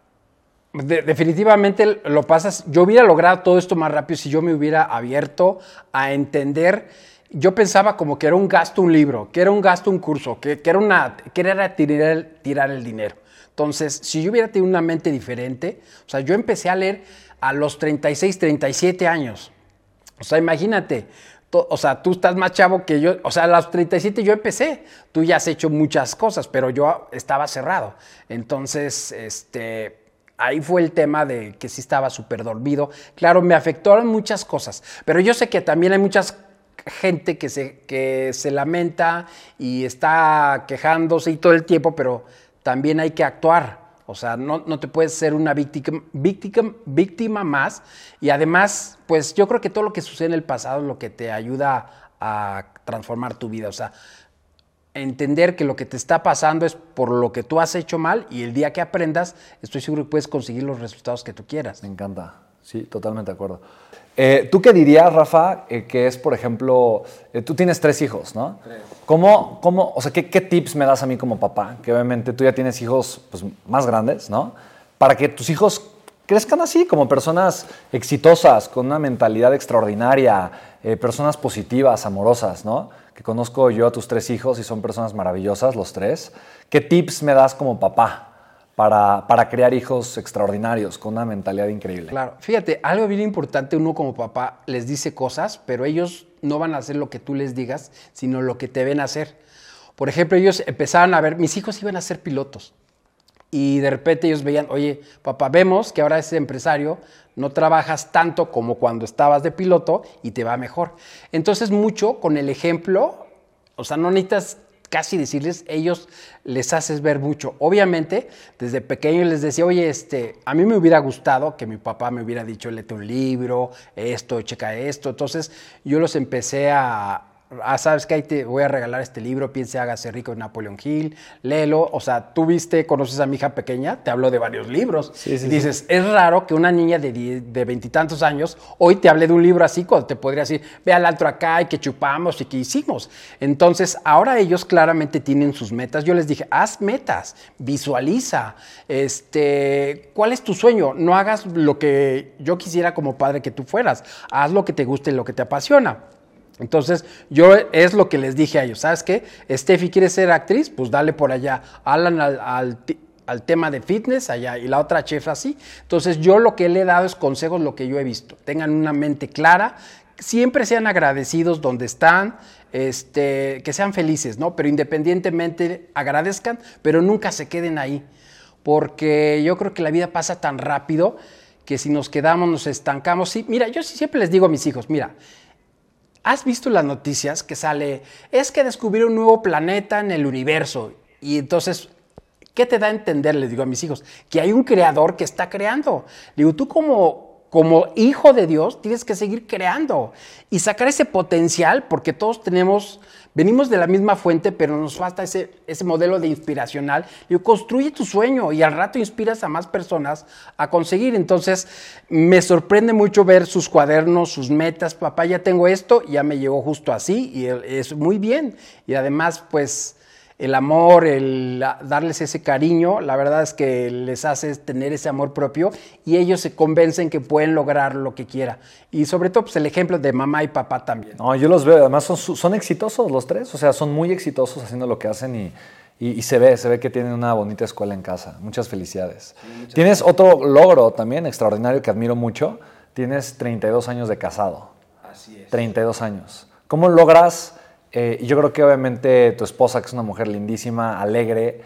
definitivamente lo pasas. Yo hubiera logrado todo esto más rápido si yo me hubiera abierto a entender. Yo pensaba como que era un gasto un libro, que era un gasto un curso, que era tirar el dinero. Entonces, si yo hubiera tenido una mente diferente, o sea, yo empecé a leer a los 36, 37 años. O sea, imagínate, o sea, tú estás más chavo que yo, o sea, a los 37 yo empecé, tú ya has hecho muchas cosas, pero yo estaba cerrado. Entonces, ahí fue el tema de que sí estaba súper dormido. Claro, me afectaron muchas cosas, pero yo sé que también hay muchas gente que se lamenta y está quejándose y todo el tiempo, pero también hay que actuar. O sea, no te puedes ser una víctima más. Y además, pues yo creo que todo lo que sucede en el pasado es lo que te ayuda a transformar tu vida. O sea, entender que lo que te está pasando es por lo que tú has hecho mal y el día que aprendas, estoy seguro que puedes conseguir los resultados que tú quieras. Me encanta. Sí, totalmente de acuerdo. ¿Tú qué dirías, Rafa, que es, por ejemplo, tú tienes 3 hijos, ¿no? 3. O sea, ¿qué tips me das a mí como papá? Que obviamente tú ya tienes hijos pues, más grandes, ¿no? Para que tus hijos crezcan así, como personas exitosas, con una mentalidad extraordinaria, personas positivas, amorosas, ¿no? Que conozco yo a tus 3 hijos y son personas maravillosas, los 3. ¿Qué tips me das como papá para crear hijos extraordinarios, con una mentalidad increíble? Claro, fíjate, algo bien importante, uno como papá les dice cosas, pero ellos no van a hacer lo que tú les digas, sino lo que te ven hacer. Por ejemplo, ellos empezaban a ver, mis hijos iban a ser pilotos, y de repente ellos veían, oye, papá, vemos que ahora eres empresario, no trabajas tanto como cuando estabas de piloto y te va mejor. Entonces, mucho con el ejemplo, o sea, no necesitas casi decirles, ellos les haces ver mucho. Obviamente, desde pequeño les decía, oye, a mí me hubiera gustado que mi papá me hubiera dicho, léete un libro, checa esto. Entonces, yo los empecé ¿sabes qué? Ahí te voy a regalar este libro, Piense, hágase rico, de Napoleon Hill, léelo. O sea, tú conoces a mi hija pequeña, te hablo de varios libros. Sí, y dices, sí. Es raro que una niña de 20 y tantos años hoy te hable de un libro así, cuando te podría decir, ve al antro acá y que chupamos y que hicimos. Entonces, ahora ellos claramente tienen sus metas. Yo les dije, haz metas, visualiza. ¿Cuál es tu sueño? No hagas lo que yo quisiera como padre que tú fueras. Haz lo que te guste y lo que te apasiona. Entonces, yo es lo que les dije a ellos, ¿sabes qué? Steffi, ¿quieres ser actriz? Pues dale por allá. Hablan al tema de fitness allá y la otra chef así. Entonces, yo lo que le he dado es consejos, lo que yo he visto. Tengan una mente clara, siempre sean agradecidos donde están, que sean felices, ¿no? Pero independientemente agradezcan, pero nunca se queden ahí. Porque yo creo que la vida pasa tan rápido que si nos quedamos, nos estancamos. Sí, mira, yo siempre les digo a mis hijos, mira, ¿has visto las noticias que sale? Es que descubrieron un nuevo planeta en el universo. Y entonces, ¿qué te da a entender? Les digo a mis hijos, que hay un creador que está creando. Digo, tú como hijo de Dios tienes que seguir creando y sacar ese potencial, porque todos venimos de la misma fuente, pero nos falta ese modelo de inspiracional. Digo, construye tu sueño y al rato inspiras a más personas a conseguir. Entonces, me sorprende mucho ver sus cuadernos, sus metas. Papá, ya tengo esto, ya me llegó justo así y es muy bien. Y además, pues, el amor, darles ese cariño, la verdad es que les hace tener ese amor propio y ellos se convencen que pueden lograr lo que quieran. Y sobre todo, pues el ejemplo de mamá y papá también. No, yo los veo, además son exitosos los 3, o sea, son muy exitosos haciendo lo que hacen y se ve que tienen una bonita escuela en casa. Muchas felicidades. Sí, Tienes otro logro también extraordinario que admiro mucho, tienes 32 años de casado. Así es. 32 años. ¿Cómo logras? Yo creo que obviamente tu esposa, que es una mujer lindísima, alegre,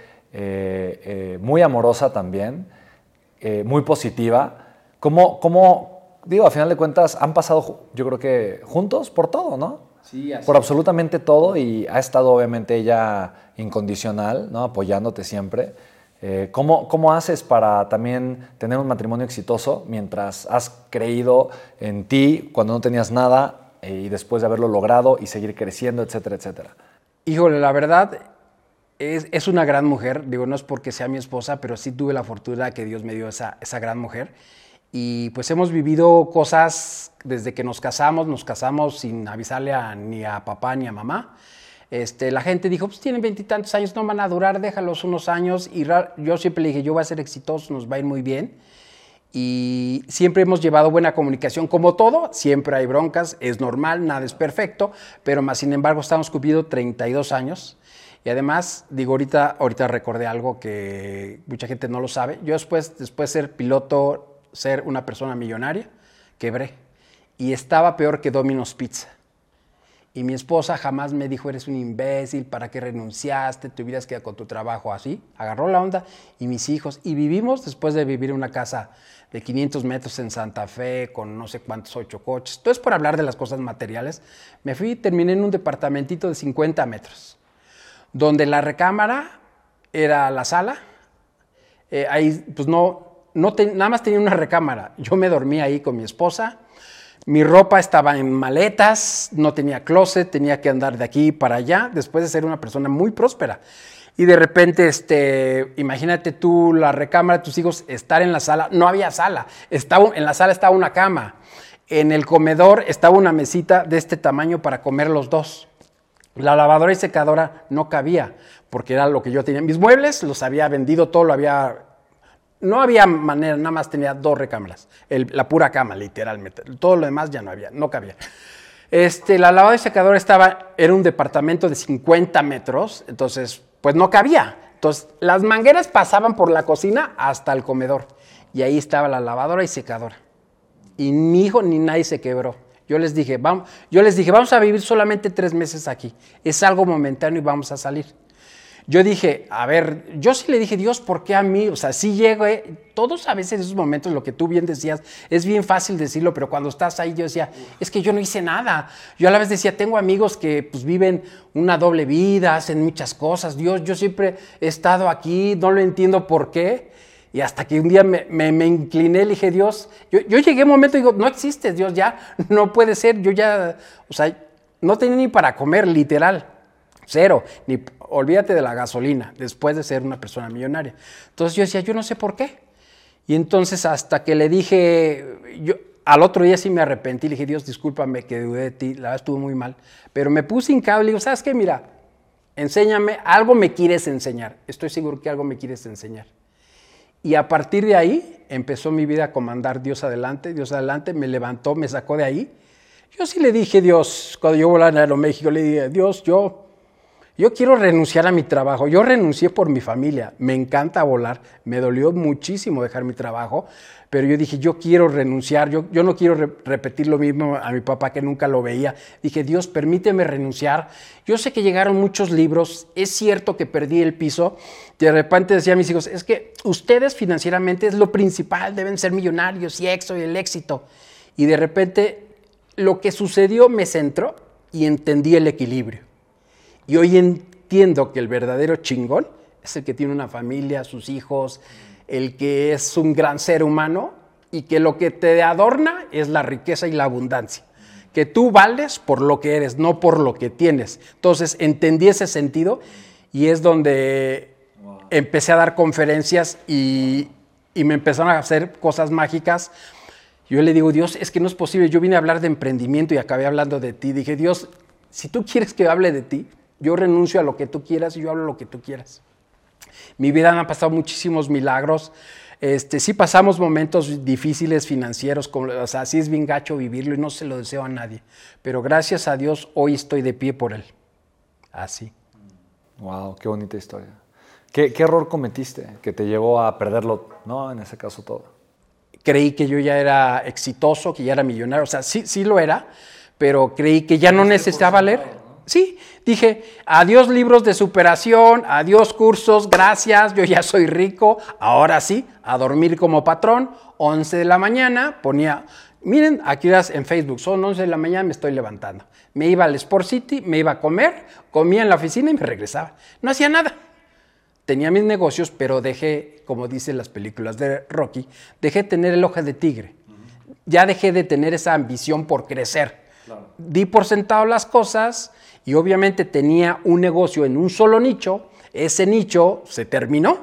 muy amorosa también, muy positiva. ¿Cómo, digo, a final de cuentas, han pasado, yo creo que juntos por todo, ¿no? Sí, así por es. absolutamente todo, y ha estado obviamente ella incondicional, ¿no? Apoyándote siempre. ¿Cómo haces para también tener un matrimonio exitoso mientras has creído en ti cuando no tenías nada y después de haberlo logrado y seguir creciendo, etcétera, etcétera? Híjole, la verdad es una gran mujer. Digo, no es porque sea mi esposa, pero sí tuve la fortuna que Dios me dio esa gran mujer. Y pues hemos vivido cosas desde que nos casamos sin avisarle ni a papá ni a mamá. La gente dijo, pues tienen 20 y tantos años, no van a durar, déjalos unos años. Y yo siempre le dije, yo voy a ser exitoso, nos va a ir muy bien. Y siempre hemos llevado buena comunicación, como todo, siempre hay broncas, es normal, nada es perfecto, pero más sin embargo estamos cumpliendo 32 años. Y además, digo, ahorita recordé algo que mucha gente no lo sabe. Yo después de ser piloto, ser una persona millonaria, quebré. Y estaba peor que Domino's Pizza. Y mi esposa jamás me dijo, eres un imbécil, ¿para qué renunciaste? Te hubieras quedado con tu trabajo así. Agarró la onda y mis hijos. Y vivimos, después de vivir en una casa de 500 metros en Santa Fe, con no sé cuántos 8 coches. Entonces, por hablar de las cosas materiales, me fui y terminé en un departamentito de 50 metros, donde la recámara era la sala. Ahí, pues nada más tenía una recámara. Yo me dormía ahí con mi esposa. Mi ropa estaba en maletas, no tenía closet, tenía que andar de aquí para allá, después de ser una persona muy próspera. Y de repente, imagínate tú, la recámara de tus hijos, estar en la sala. No había sala, en la sala estaba una cama. En el comedor estaba una mesita de este tamaño para comer los dos. La lavadora y secadora no cabía, porque era lo que yo tenía. Mis muebles los había vendido, todo lo había... No había manera, nada más tenía 2 recámaras, la pura cama, literalmente. Todo lo demás ya no cabía. La lavadora y secadora era un departamento de 50 metros, entonces, pues no cabía. Entonces, las mangueras pasaban por la cocina hasta el comedor, y ahí estaba la lavadora y secadora. Y ni hijo ni nadie se quebró. Yo les dije, vamos a vivir solamente 3 meses aquí. Es algo momentáneo y vamos a salir. Yo dije, a ver, yo sí le dije, Dios, ¿por qué a mí? O sea, sí llego, todos a veces en esos momentos, lo que tú bien decías, es bien fácil decirlo, pero cuando estás ahí yo decía, es que yo no hice nada. Yo a la vez decía, tengo amigos que pues viven una doble vida, hacen muchas cosas. Dios, yo siempre he estado aquí, no lo entiendo por qué. Y hasta que un día me incliné, le dije, Dios, yo llegué a un momento y digo, no existes, Dios, ya, no puede ser. Yo ya, o sea, no tenía ni para comer, literal. Cero, olvídate de la gasolina, después de ser una persona millonaria. Entonces yo decía, yo no sé por qué. Y entonces hasta que le dije, al otro día sí me arrepentí, le dije, Dios, discúlpame que dudé de ti, la verdad estuvo muy mal. Pero me puse hincado y le digo, ¿sabes qué? Mira, enséñame, algo me quieres enseñar. Estoy seguro que algo me quieres enseñar. Y a partir de ahí empezó mi vida a comandar Dios adelante, me levantó, me sacó de ahí. Yo sí le dije, Dios, cuando yo volaba en Aeroméxico, le dije, Dios, yo quiero renunciar a mi trabajo. Yo renuncié por mi familia. Me encanta volar. Me dolió muchísimo dejar mi trabajo. Pero yo dije, yo quiero renunciar. Yo no quiero repetir lo mismo a mi papá, que nunca lo veía. Dije, Dios, permíteme renunciar. Yo sé que llegaron muchos libros. Es cierto que perdí el piso. De repente decía a mis hijos, es que ustedes financieramente es lo principal. Deben ser millonarios y el éxito. Y de repente lo que sucedió me centró y entendí el equilibrio. Y hoy entiendo que el verdadero chingón es el que tiene una familia, sus hijos, el que es un gran ser humano y que lo que te adorna es la riqueza y la abundancia. Que tú vales por lo que eres, no por lo que tienes. Entonces entendí ese sentido y es donde empecé a dar conferencias y me empezaron a hacer cosas mágicas. Yo le digo, Dios, es que no es posible. Yo vine a hablar de emprendimiento y acabé hablando de ti. Dije, Dios, si tú quieres que hable de ti, yo renuncio a lo que tú quieras y yo hablo lo que tú quieras. Mi vida me han pasado muchísimos milagros. Sí pasamos momentos difíciles financieros, o sea, sí es bien gacho vivirlo y no se lo deseo a nadie. Pero gracias a Dios hoy estoy de pie por él. Así. Wow, qué bonita historia. ¿Qué error cometiste que te llevó a perderlo, no, en ese caso todo? Creí que yo ya era exitoso, que ya era millonario. O sea, sí lo era, pero creí que ya no necesitaba leer. Sí, dije, adiós libros de superación, adiós cursos, gracias, yo ya soy rico, ahora sí, a dormir como patrón, 11 de la mañana, ponía, miren, aquí en Facebook, son 11 de la mañana, me estoy levantando. Me iba al Sport City, me iba a comer, comía en la oficina y me regresaba. No hacía nada. Tenía mis negocios, pero dejé, como dicen las películas de Rocky, dejé de tener el ojo de tigre. Ya dejé de tener esa ambición por crecer. Claro. Di por sentado las cosas y obviamente tenía un negocio en un solo nicho. Ese nicho se terminó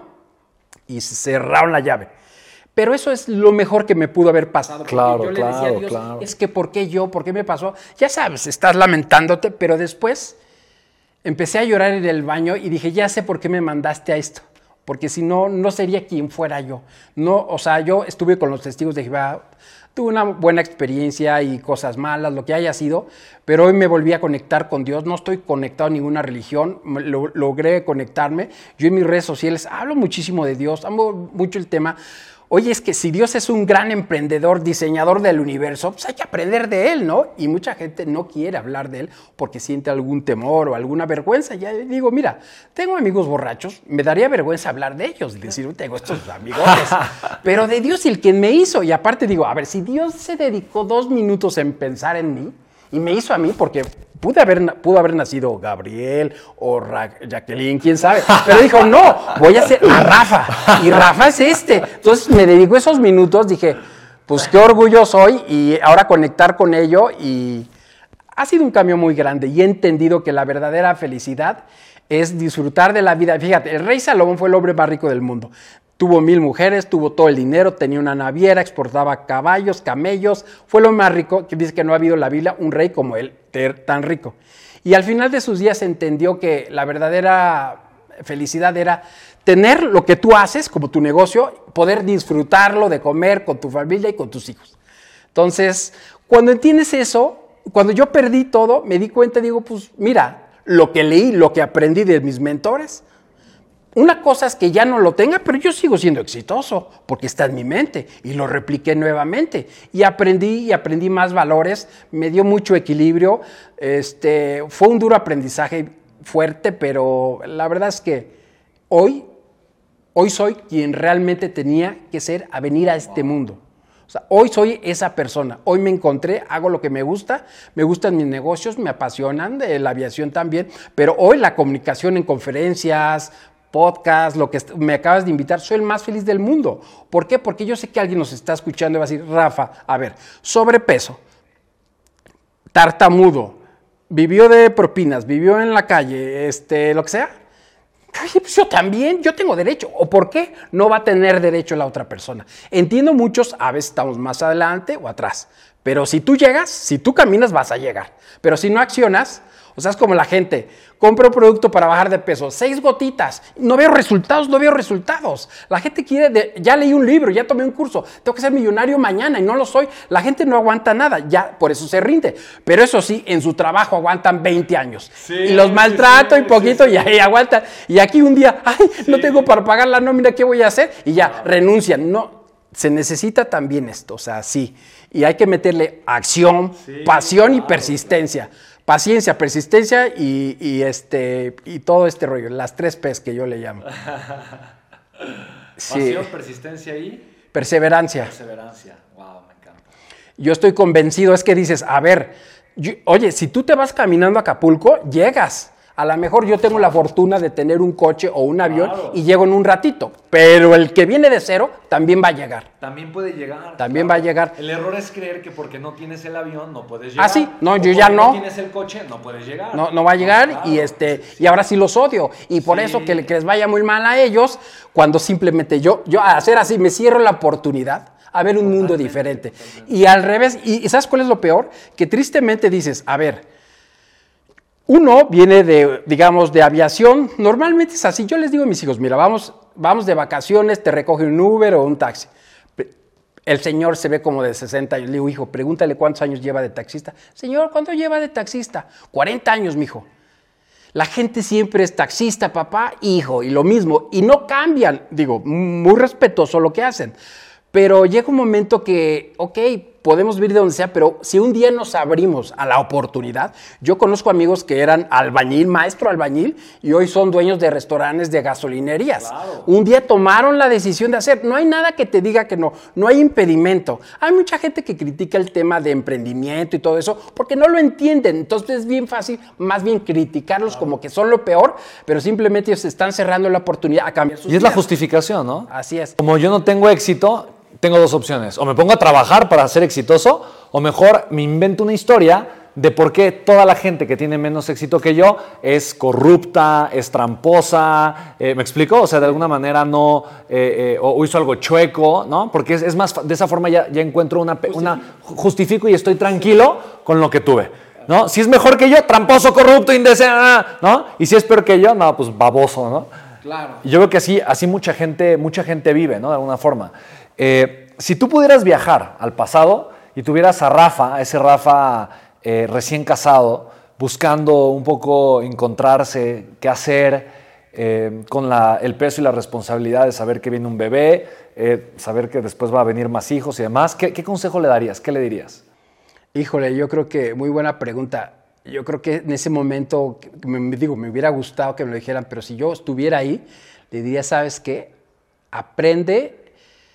y se cerraron la llave. Pero eso es lo mejor que me pudo haber pasado. Claro, yo le decía a Dios, es que ¿por qué yo? ¿Por qué me pasó? Ya sabes, estás lamentándote, pero después empecé a llorar en el baño y dije, ya sé por qué me mandaste a esto. Porque si no, no sería quien fuera yo. No, o sea, yo estuve con los testigos de Jehová, tuve una buena experiencia y cosas malas, lo que haya sido, pero hoy me volví a conectar con Dios. No estoy conectado a ninguna religión, logré conectarme. Yo en mis redes sociales hablo muchísimo de Dios, amo mucho el tema. Oye, es que si Dios es un gran emprendedor, diseñador del universo, pues hay que aprender de Él, ¿no? Y mucha gente no quiere hablar de Él porque siente algún temor o alguna vergüenza. Ya digo, mira, tengo amigos borrachos, me daría vergüenza hablar de ellos, decir, tengo estos amigotes, pero de Dios y el quien me hizo. Y aparte digo, a ver, si Dios se dedicó 2 minutos en pensar en mí y me hizo a mí, porque pudo haber nacido Gabriel o Jacqueline, quién sabe. Pero dijo, no, voy a hacer a Rafa. Y Rafa es este. Entonces me dedicó esos minutos, dije, pues qué orgullo soy y ahora conectar con ello. Y ha sido un cambio muy grande y he entendido que la verdadera felicidad es disfrutar de la vida. Fíjate, el rey Salomón fue el hombre más rico del mundo. Tuvo 1000 mujeres, tuvo todo el dinero, tenía una naviera, exportaba caballos, camellos. Fue lo más rico, que dice que no ha habido en la Biblia un rey como él, tan rico. Y al final de sus días entendió que la verdadera felicidad era tener lo que tú haces, como tu negocio, poder disfrutarlo de comer con tu familia y con tus hijos. Entonces, cuando entiendes eso, cuando yo perdí todo, me di cuenta, digo, pues mira, lo que leí, lo que aprendí de mis mentores, una cosa es que ya no lo tenga, pero yo sigo siendo exitoso porque está en mi mente y lo repliqué nuevamente y aprendí más valores, me dio mucho equilibrio, fue un duro aprendizaje fuerte, pero la verdad es que hoy soy quien realmente tenía que ser a venir a este mundo. O sea, hoy soy esa persona, hoy me encontré, hago lo que me gustan mis negocios, me apasionan, de la aviación también, pero hoy la comunicación en conferencias, podcast, lo que me acabas de invitar, soy el más feliz del mundo. ¿Por qué? Porque yo sé que alguien nos está escuchando y va a decir, Rafa, a ver, sobrepeso, tartamudo, vivió de propinas, vivió en la calle, lo que sea. Oye, pues yo también, yo tengo derecho. ¿O por qué no va a tener derecho la otra persona? Entiendo muchos, a veces estamos más adelante o atrás. Pero si tú llegas, si tú caminas, vas a llegar. Pero si no accionas, o sea, es como la gente, compra un producto para bajar de peso, 6 gotitas, no veo resultados. La gente quiere, ya leí un libro, ya tomé un curso, tengo que ser millonario mañana y no lo soy. La gente no aguanta nada, ya por eso se rinde. Pero eso sí, en su trabajo aguantan 20 años. Sí, y los maltrato y poquito y ahí aguantan. Y aquí un día, no tengo para pagar la nómina, ¿qué voy a hacer? Y ya, renuncian. No, se necesita también esto, o sea, sí. Y hay que meterle acción, pasión y persistencia. Paciencia, persistencia y todo este rollo, las 3 P's que yo le llamo. Pasión, persistencia y... Perseverancia. Perseverancia, wow, me encanta. Yo estoy convencido, es que dices, a ver, oye, si tú te vas caminando a Acapulco, llegas. A lo mejor yo tengo la fortuna de tener un coche o un avión y llego en un ratito, pero el que viene de cero también va a llegar. También puede llegar. También va a llegar. El error es creer que porque no tienes el avión no puedes llegar. Ah, sí, no, yo ya no. No tienes el coche, no puedes llegar. No va a llegar claro. Y ahora sí los odio. Y por eso que les vaya muy mal a ellos, cuando simplemente yo a hacer así, me cierro la oportunidad a ver un mundo diferente. Y al revés, y ¿sabes cuál es lo peor? Que tristemente dices, a ver, uno viene de aviación, normalmente es así. Yo les digo a mis hijos, mira, vamos de vacaciones, te recoge un Uber o un taxi. El señor se ve como de 60 años. Le digo, hijo, pregúntale cuántos años lleva de taxista. Señor, ¿cuánto lleva de taxista? 40 años, mijo. La gente siempre es taxista, papá, hijo, y lo mismo. Y no cambian, digo, muy respetuoso lo que hacen. Pero llega un momento que, ok, podemos vivir de donde sea, pero si un día nos abrimos a la oportunidad, yo conozco amigos que eran albañil, maestro albañil, y hoy son dueños de restaurantes, de gasolinerías. Claro. Un día tomaron la decisión de hacer. No hay nada que te diga que no, no hay impedimento. Hay mucha gente que critica el tema de emprendimiento y todo eso porque no lo entienden. Entonces es bien fácil, más bien criticarlos como que son lo peor, pero simplemente ellos están cerrando la oportunidad a cambiar sus Y es la vidas. justificación, ¿no? Así es. Como yo no tengo éxito, tengo dos opciones. O me pongo a trabajar para ser exitoso, o mejor me invento una historia de por qué toda la gente que tiene menos éxito que yo es corrupta, es tramposa, ¿me explico? O sea, de alguna manera no, o hizo algo chueco, ¿no? Porque es más, de esa forma ya encuentro justifico y estoy tranquilo con lo que tuve, ¿no? Si es mejor que yo, tramposo, corrupto, indecente, ¿no? Y si es peor que yo, no, pues baboso, ¿no? Claro. Y yo creo que así mucha gente vive, ¿no? De alguna forma. Si tú pudieras viajar al pasado y tuvieras a ese Rafa recién casado, buscando un poco encontrarse, qué hacer, con el peso y la responsabilidad de saber que viene un bebé, saber que después va a venir más hijos y demás, ¿qué consejo le darías? ¿Qué le dirías? Híjole, yo creo que muy buena pregunta. Yo creo que en ese momento, me hubiera gustado que me lo dijeran, pero si yo estuviera ahí, le diría, ¿sabes qué? Aprende,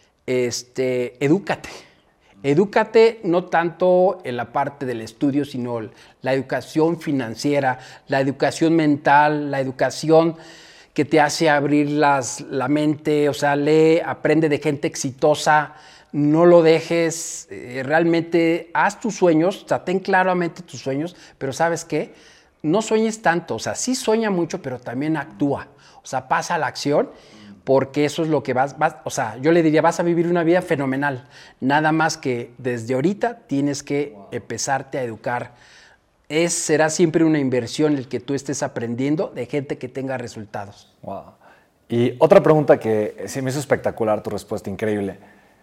edúcate. Edúcate no tanto en la parte del estudio, sino la educación financiera, la educación mental, la educación que te hace abrir la mente, o sea, lee, aprende de gente exitosa, no lo dejes, realmente haz tus sueños, o sea, ten claramente tus sueños, pero ¿sabes qué? No sueñes tanto, o sea, sí sueña mucho, pero también actúa, o sea, pasa a la acción, porque eso es lo que o sea, yo le diría, vas a vivir una vida fenomenal, nada más que desde ahorita tienes que empezarte a educar. Será siempre una inversión el que tú estés aprendiendo de gente que tenga resultados. Wow. Y otra pregunta que se me hizo espectacular, tu respuesta, increíble.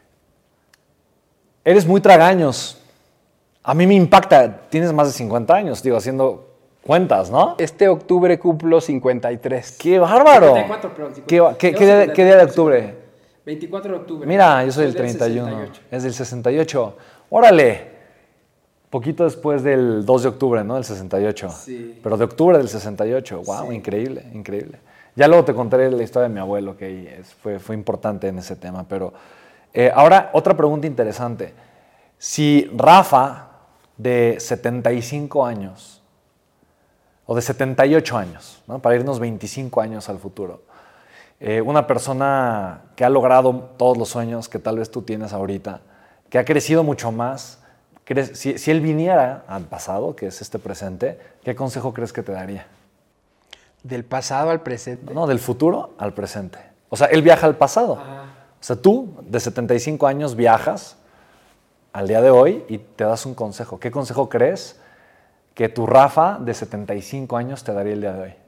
Eres muy tragaños. A mí me impacta, tienes más de 50 años, digo, haciendo cuentas, ¿no? Este octubre cumplo 53. ¡Qué bárbaro! 54, perdón. ¿Qué día de octubre? 24 de octubre. Mira, yo soy del 31. 68. Es del 68. Órale. Poquito después del 2 de octubre, ¿no? Del 68. Sí. Pero de octubre del 68. Wow, sí. Increíble, increíble. Ya luego te contaré la historia de mi abuelo, que fue importante en ese tema. Pero ahora, otra pregunta interesante. Si Rafa, de 75 años, o de 78 años, ¿no? Para irnos 25 años al futuro, una persona que ha logrado todos los sueños que tal vez tú tienes ahorita, que ha crecido mucho más, si él viniera al pasado, que es este presente, ¿qué consejo crees que te daría? ¿Del pasado al presente? No, del futuro al presente. O sea, él viaja al pasado. Ajá. O sea, tú, de 75 años, viajas al día de hoy y te das un consejo. ¿Qué consejo crees que tu Rafa, de 75 años, te daría el día de hoy?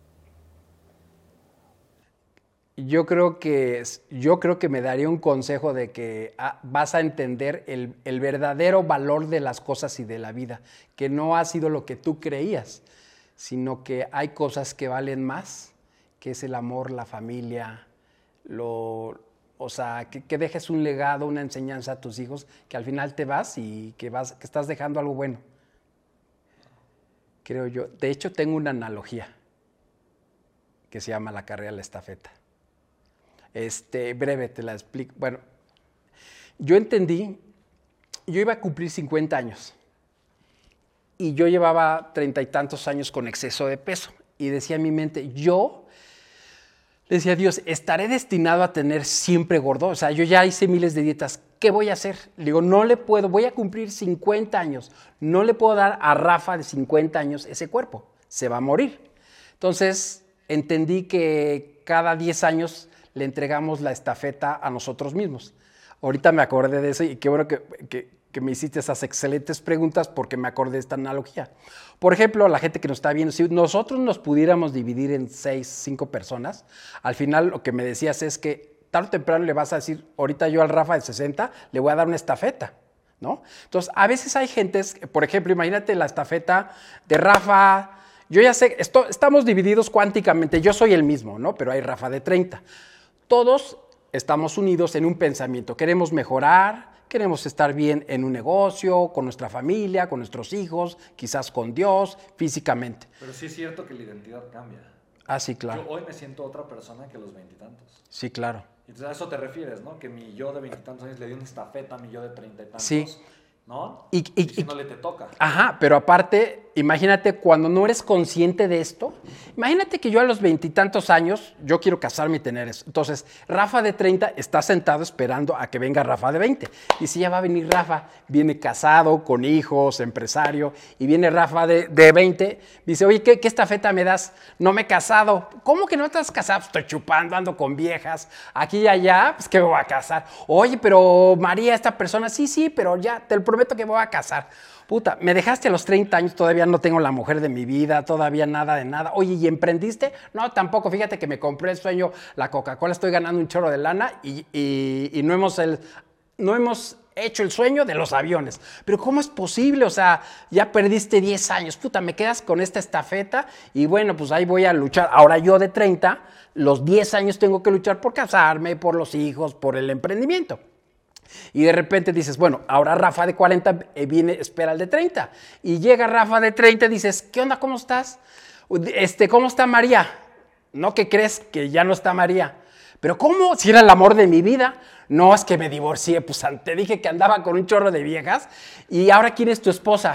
Yo creo que me daría un consejo de que vas a entender el verdadero valor de las cosas y de la vida, que no ha sido lo que tú creías, sino que hay cosas que valen más, que es el amor, la familia, o sea, que dejes un legado, una enseñanza a tus hijos, que al final te vas y que estás dejando algo bueno. Creo yo. De hecho, tengo una analogía que se llama la carrera de la estafeta. Breve, te la explico. Bueno, yo iba a cumplir 50 años y yo llevaba 30 y tantos años con exceso de peso y decía en mi mente, le decía a Dios, estaré destinado a tener siempre gordo, o sea, yo ya hice miles de dietas, ¿qué voy a hacer? Le digo, no le puedo, voy a cumplir 50 años, no le puedo dar a Rafa de 50 años ese cuerpo, se va a morir. Entonces, entendí que cada 10 años le entregamos la estafeta a nosotros mismos. Ahorita me acordé de eso y qué bueno que me hiciste esas excelentes preguntas porque me acordé de esta analogía. Por ejemplo, la gente que nos está viendo, si nosotros nos pudiéramos dividir en 5 personas, al final lo que me decías es que tarde o temprano le vas a decir, ahorita yo al Rafa de 60 le voy a dar una estafeta, ¿no? Entonces, a veces hay gentes, por ejemplo, imagínate la estafeta de Rafa, yo ya sé, estamos divididos cuánticamente, yo soy el mismo, ¿no? Pero hay Rafa de 30. Todos estamos unidos en un pensamiento, queremos mejorar, queremos estar bien en un negocio, con nuestra familia, con nuestros hijos, quizás con Dios, físicamente. Pero sí es cierto que la identidad cambia. Ah, sí, claro. Yo hoy me siento otra persona que a los 20 y tantos. Sí, claro. Entonces a eso te refieres, ¿no? Que mi yo de 20 y tantos años le dio una estafeta a mi yo de 30 y tantos. Sí. ¿No? Y si no le te toca. Ajá, pero aparte, imagínate cuando no eres consciente de esto. Imagínate que yo a los 20 y tantos años, yo quiero casarme y tener eso. Entonces, Rafa de 30 está sentado esperando a que venga Rafa de 20. Y si ya va a venir Rafa, viene casado, con hijos, empresario, y viene Rafa de 20, dice, oye, ¿qué estafeta me das? No me he casado. ¿Cómo que no te has casado? Estoy chupando, ando con viejas, aquí y allá, pues que me voy a casar. Oye, pero María, esta persona, sí, pero ya, te lo prometo que me voy a casar. Puta, me dejaste a los 30 años, todavía no tengo la mujer de mi vida, todavía nada de nada. Oye, ¿y emprendiste? No, tampoco. Fíjate que me compré el sueño, la Coca-Cola, estoy ganando un chorro de lana y no hemos hecho el sueño de los aviones. Pero ¿cómo es posible? O sea, ya perdiste 10 años. Puta, me quedas con esta estafeta y bueno, pues ahí voy a luchar. Ahora yo de 30, los 10 años tengo que luchar por casarme, por los hijos, por el emprendimiento. Y de repente dices, bueno, ahora Rafa de 40 espera el de 30. Y llega Rafa de 30 y dices, ¿qué onda? ¿Cómo estás? ¿Cómo está María? ¿No que crees que ya no está María? ¿Pero cómo? Si era el amor de mi vida. No, es que me divorcié, pues te dije que andaba con un chorro de viejas. ¿Y ahora quién es tu esposa?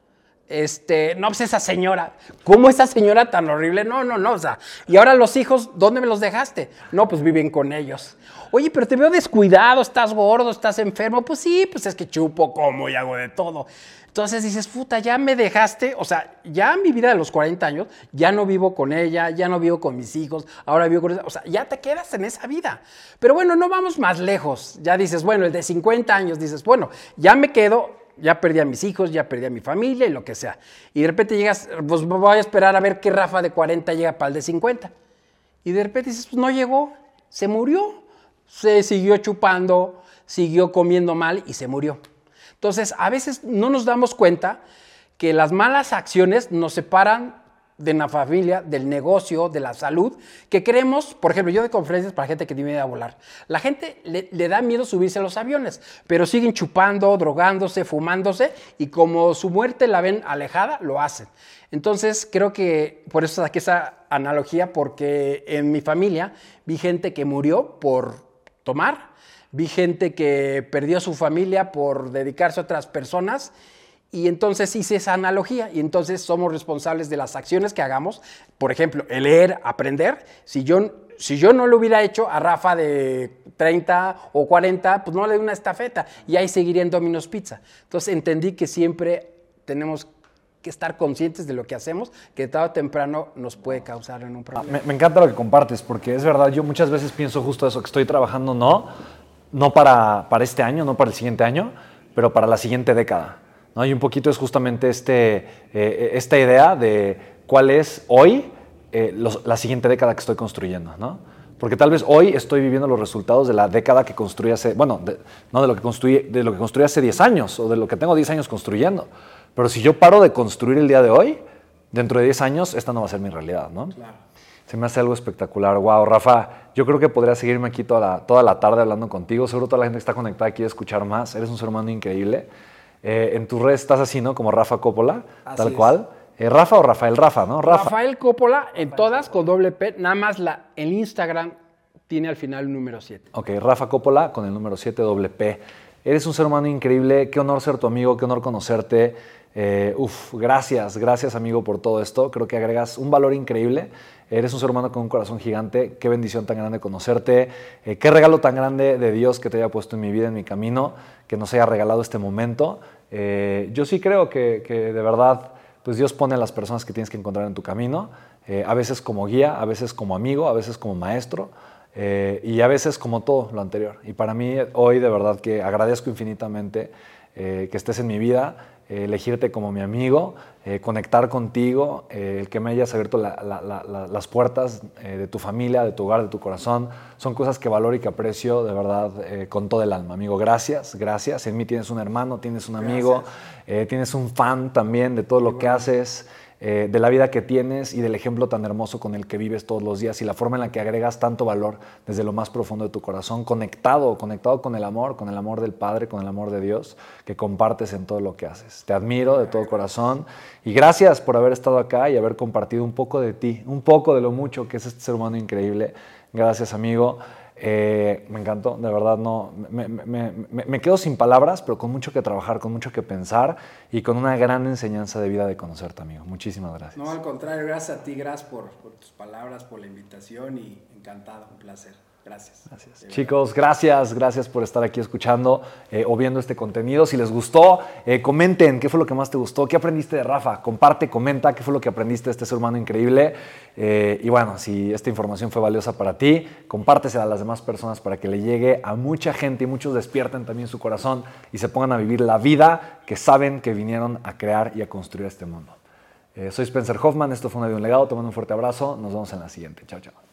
No, pues esa señora. ¿Cómo esa señora tan horrible? No, o sea, y ahora los hijos, ¿dónde me los dejaste? No, pues viven con ellos. Oye, pero te veo descuidado, estás gordo, estás enfermo. Pues sí, pues es que chupo, como y hago de todo. Entonces dices, puta, ya me dejaste, o sea, ya mi vida de los 40 años, ya no vivo con ella, ya no vivo con mis hijos, ahora vivo con ella, o sea, ya te quedas en esa vida. Pero bueno, no vamos más lejos. Ya dices, bueno, el de 50 años, dices, bueno, ya me quedo. Ya perdí a mis hijos, ya perdí a mi familia y lo que sea. Y de repente llegas, pues voy a esperar a ver qué Rafa de 40 llega para el de 50. Y de repente dices, pues no llegó, se murió. Se siguió chupando, siguió comiendo mal y se murió. Entonces, a veces no nos damos cuenta que las malas acciones nos separan de la familia, del negocio, de la salud, que queremos, por ejemplo, yo doy conferencias para gente que tiene miedo a volar. La gente le da miedo subirse a los aviones, pero siguen chupando, drogándose, fumándose, y como su muerte la ven alejada, lo hacen. Entonces, creo que por eso saqué esa analogía, porque en mi familia vi gente que murió por tomar, vi gente que perdió su familia por dedicarse a otras personas. Y entonces hice esa analogía y entonces somos responsables de las acciones que hagamos. Por ejemplo, el leer, aprender. Si yo no lo hubiera hecho a Rafa de 30 o 40, pues no le doy una estafeta y ahí seguiría en Domino's Pizza. Entonces entendí que siempre tenemos que estar conscientes de lo que hacemos, que tarde o temprano nos puede causar en un problema. Me encanta lo que compartes, porque es verdad, yo muchas veces pienso justo eso, que estoy trabajando no para este año, no para el siguiente año, pero para la siguiente década. ¿No? Y un poquito es justamente esta idea de cuál es hoy la siguiente década que estoy construyendo, ¿no? Porque tal vez hoy estoy viviendo los resultados de la década que construí hace, bueno, no de lo que construí hace 10 años o de lo que tengo 10 años construyendo. Pero si yo paro de construir el día de hoy, dentro de 10 años, esta no va a ser mi realidad, ¿no? Claro. Se me hace algo espectacular. Wow, Rafa, yo creo que podría seguirme aquí toda la tarde hablando contigo. Seguro toda la gente que está conectada quiere escuchar más. Eres un ser humano increíble. En tus redes estás así, ¿no? Como Rafa Coppola, así tal es. cual. ¿Rafa o Rafael? Rafa, ¿no? Rafael Coppola, en todas con doble P, nada más el Instagram tiene al final el número 7. Ok, Rafa Coppola con el número 7, doble P. Eres un ser humano increíble, qué honor ser tu amigo, qué honor conocerte. Gracias amigo por todo esto. Creo que agregas un valor increíble. Eres un ser humano con un corazón gigante. Qué bendición tan grande conocerte. Qué regalo tan grande de Dios que te haya puesto en mi vida, en mi camino, que nos haya regalado este momento. Yo sí creo que de verdad pues Dios pone a las personas que tienes que encontrar en tu camino, a veces como guía, a veces como amigo, a veces como maestro, y a veces como todo lo anterior. Y para mí hoy de verdad que agradezco infinitamente que estés en mi vida, elegirte como mi amigo, conectar contigo, el que me hayas abierto las puertas de tu familia, de tu hogar, de tu corazón, son cosas que valoro y que aprecio de verdad con todo el alma. Amigo, gracias. En mí tienes un hermano, tienes un amigo, tienes un fan también de todo lo que haces. de la vida que tienes y del ejemplo tan hermoso con el que vives todos los días y la forma en la que agregas tanto valor desde lo más profundo de tu corazón, conectado con el amor del Padre, con el amor de Dios, que compartes en todo lo que haces. Te admiro de todo corazón y gracias por haber estado acá y haber compartido un poco de ti, un poco de lo mucho que es este ser humano increíble. Gracias, amigo. Me encantó, de verdad, me quedo sin palabras, pero con mucho que trabajar, con mucho que pensar y con una gran enseñanza de vida de conocerte, amigo. Muchísimas gracias. No, al contrario, gracias a ti, gracias por tus palabras, por la invitación y encantado, un placer. Gracias. Chicos, gracias por estar aquí escuchando o viendo este contenido. Si les gustó, comenten qué fue lo que más te gustó, qué aprendiste de Rafa, comparte, comenta qué fue lo que aprendiste de este ser humano increíble. Y bueno, si esta información fue valiosa para ti, compártesela a las demás personas para que le llegue a mucha gente y muchos despierten también su corazón y se pongan a vivir la vida que saben que vinieron a crear y a construir este mundo. Soy Spencer Hoffman, esto fue Una Vida, un Legado, te mando un fuerte abrazo, nos vemos en la siguiente. Chao, chao.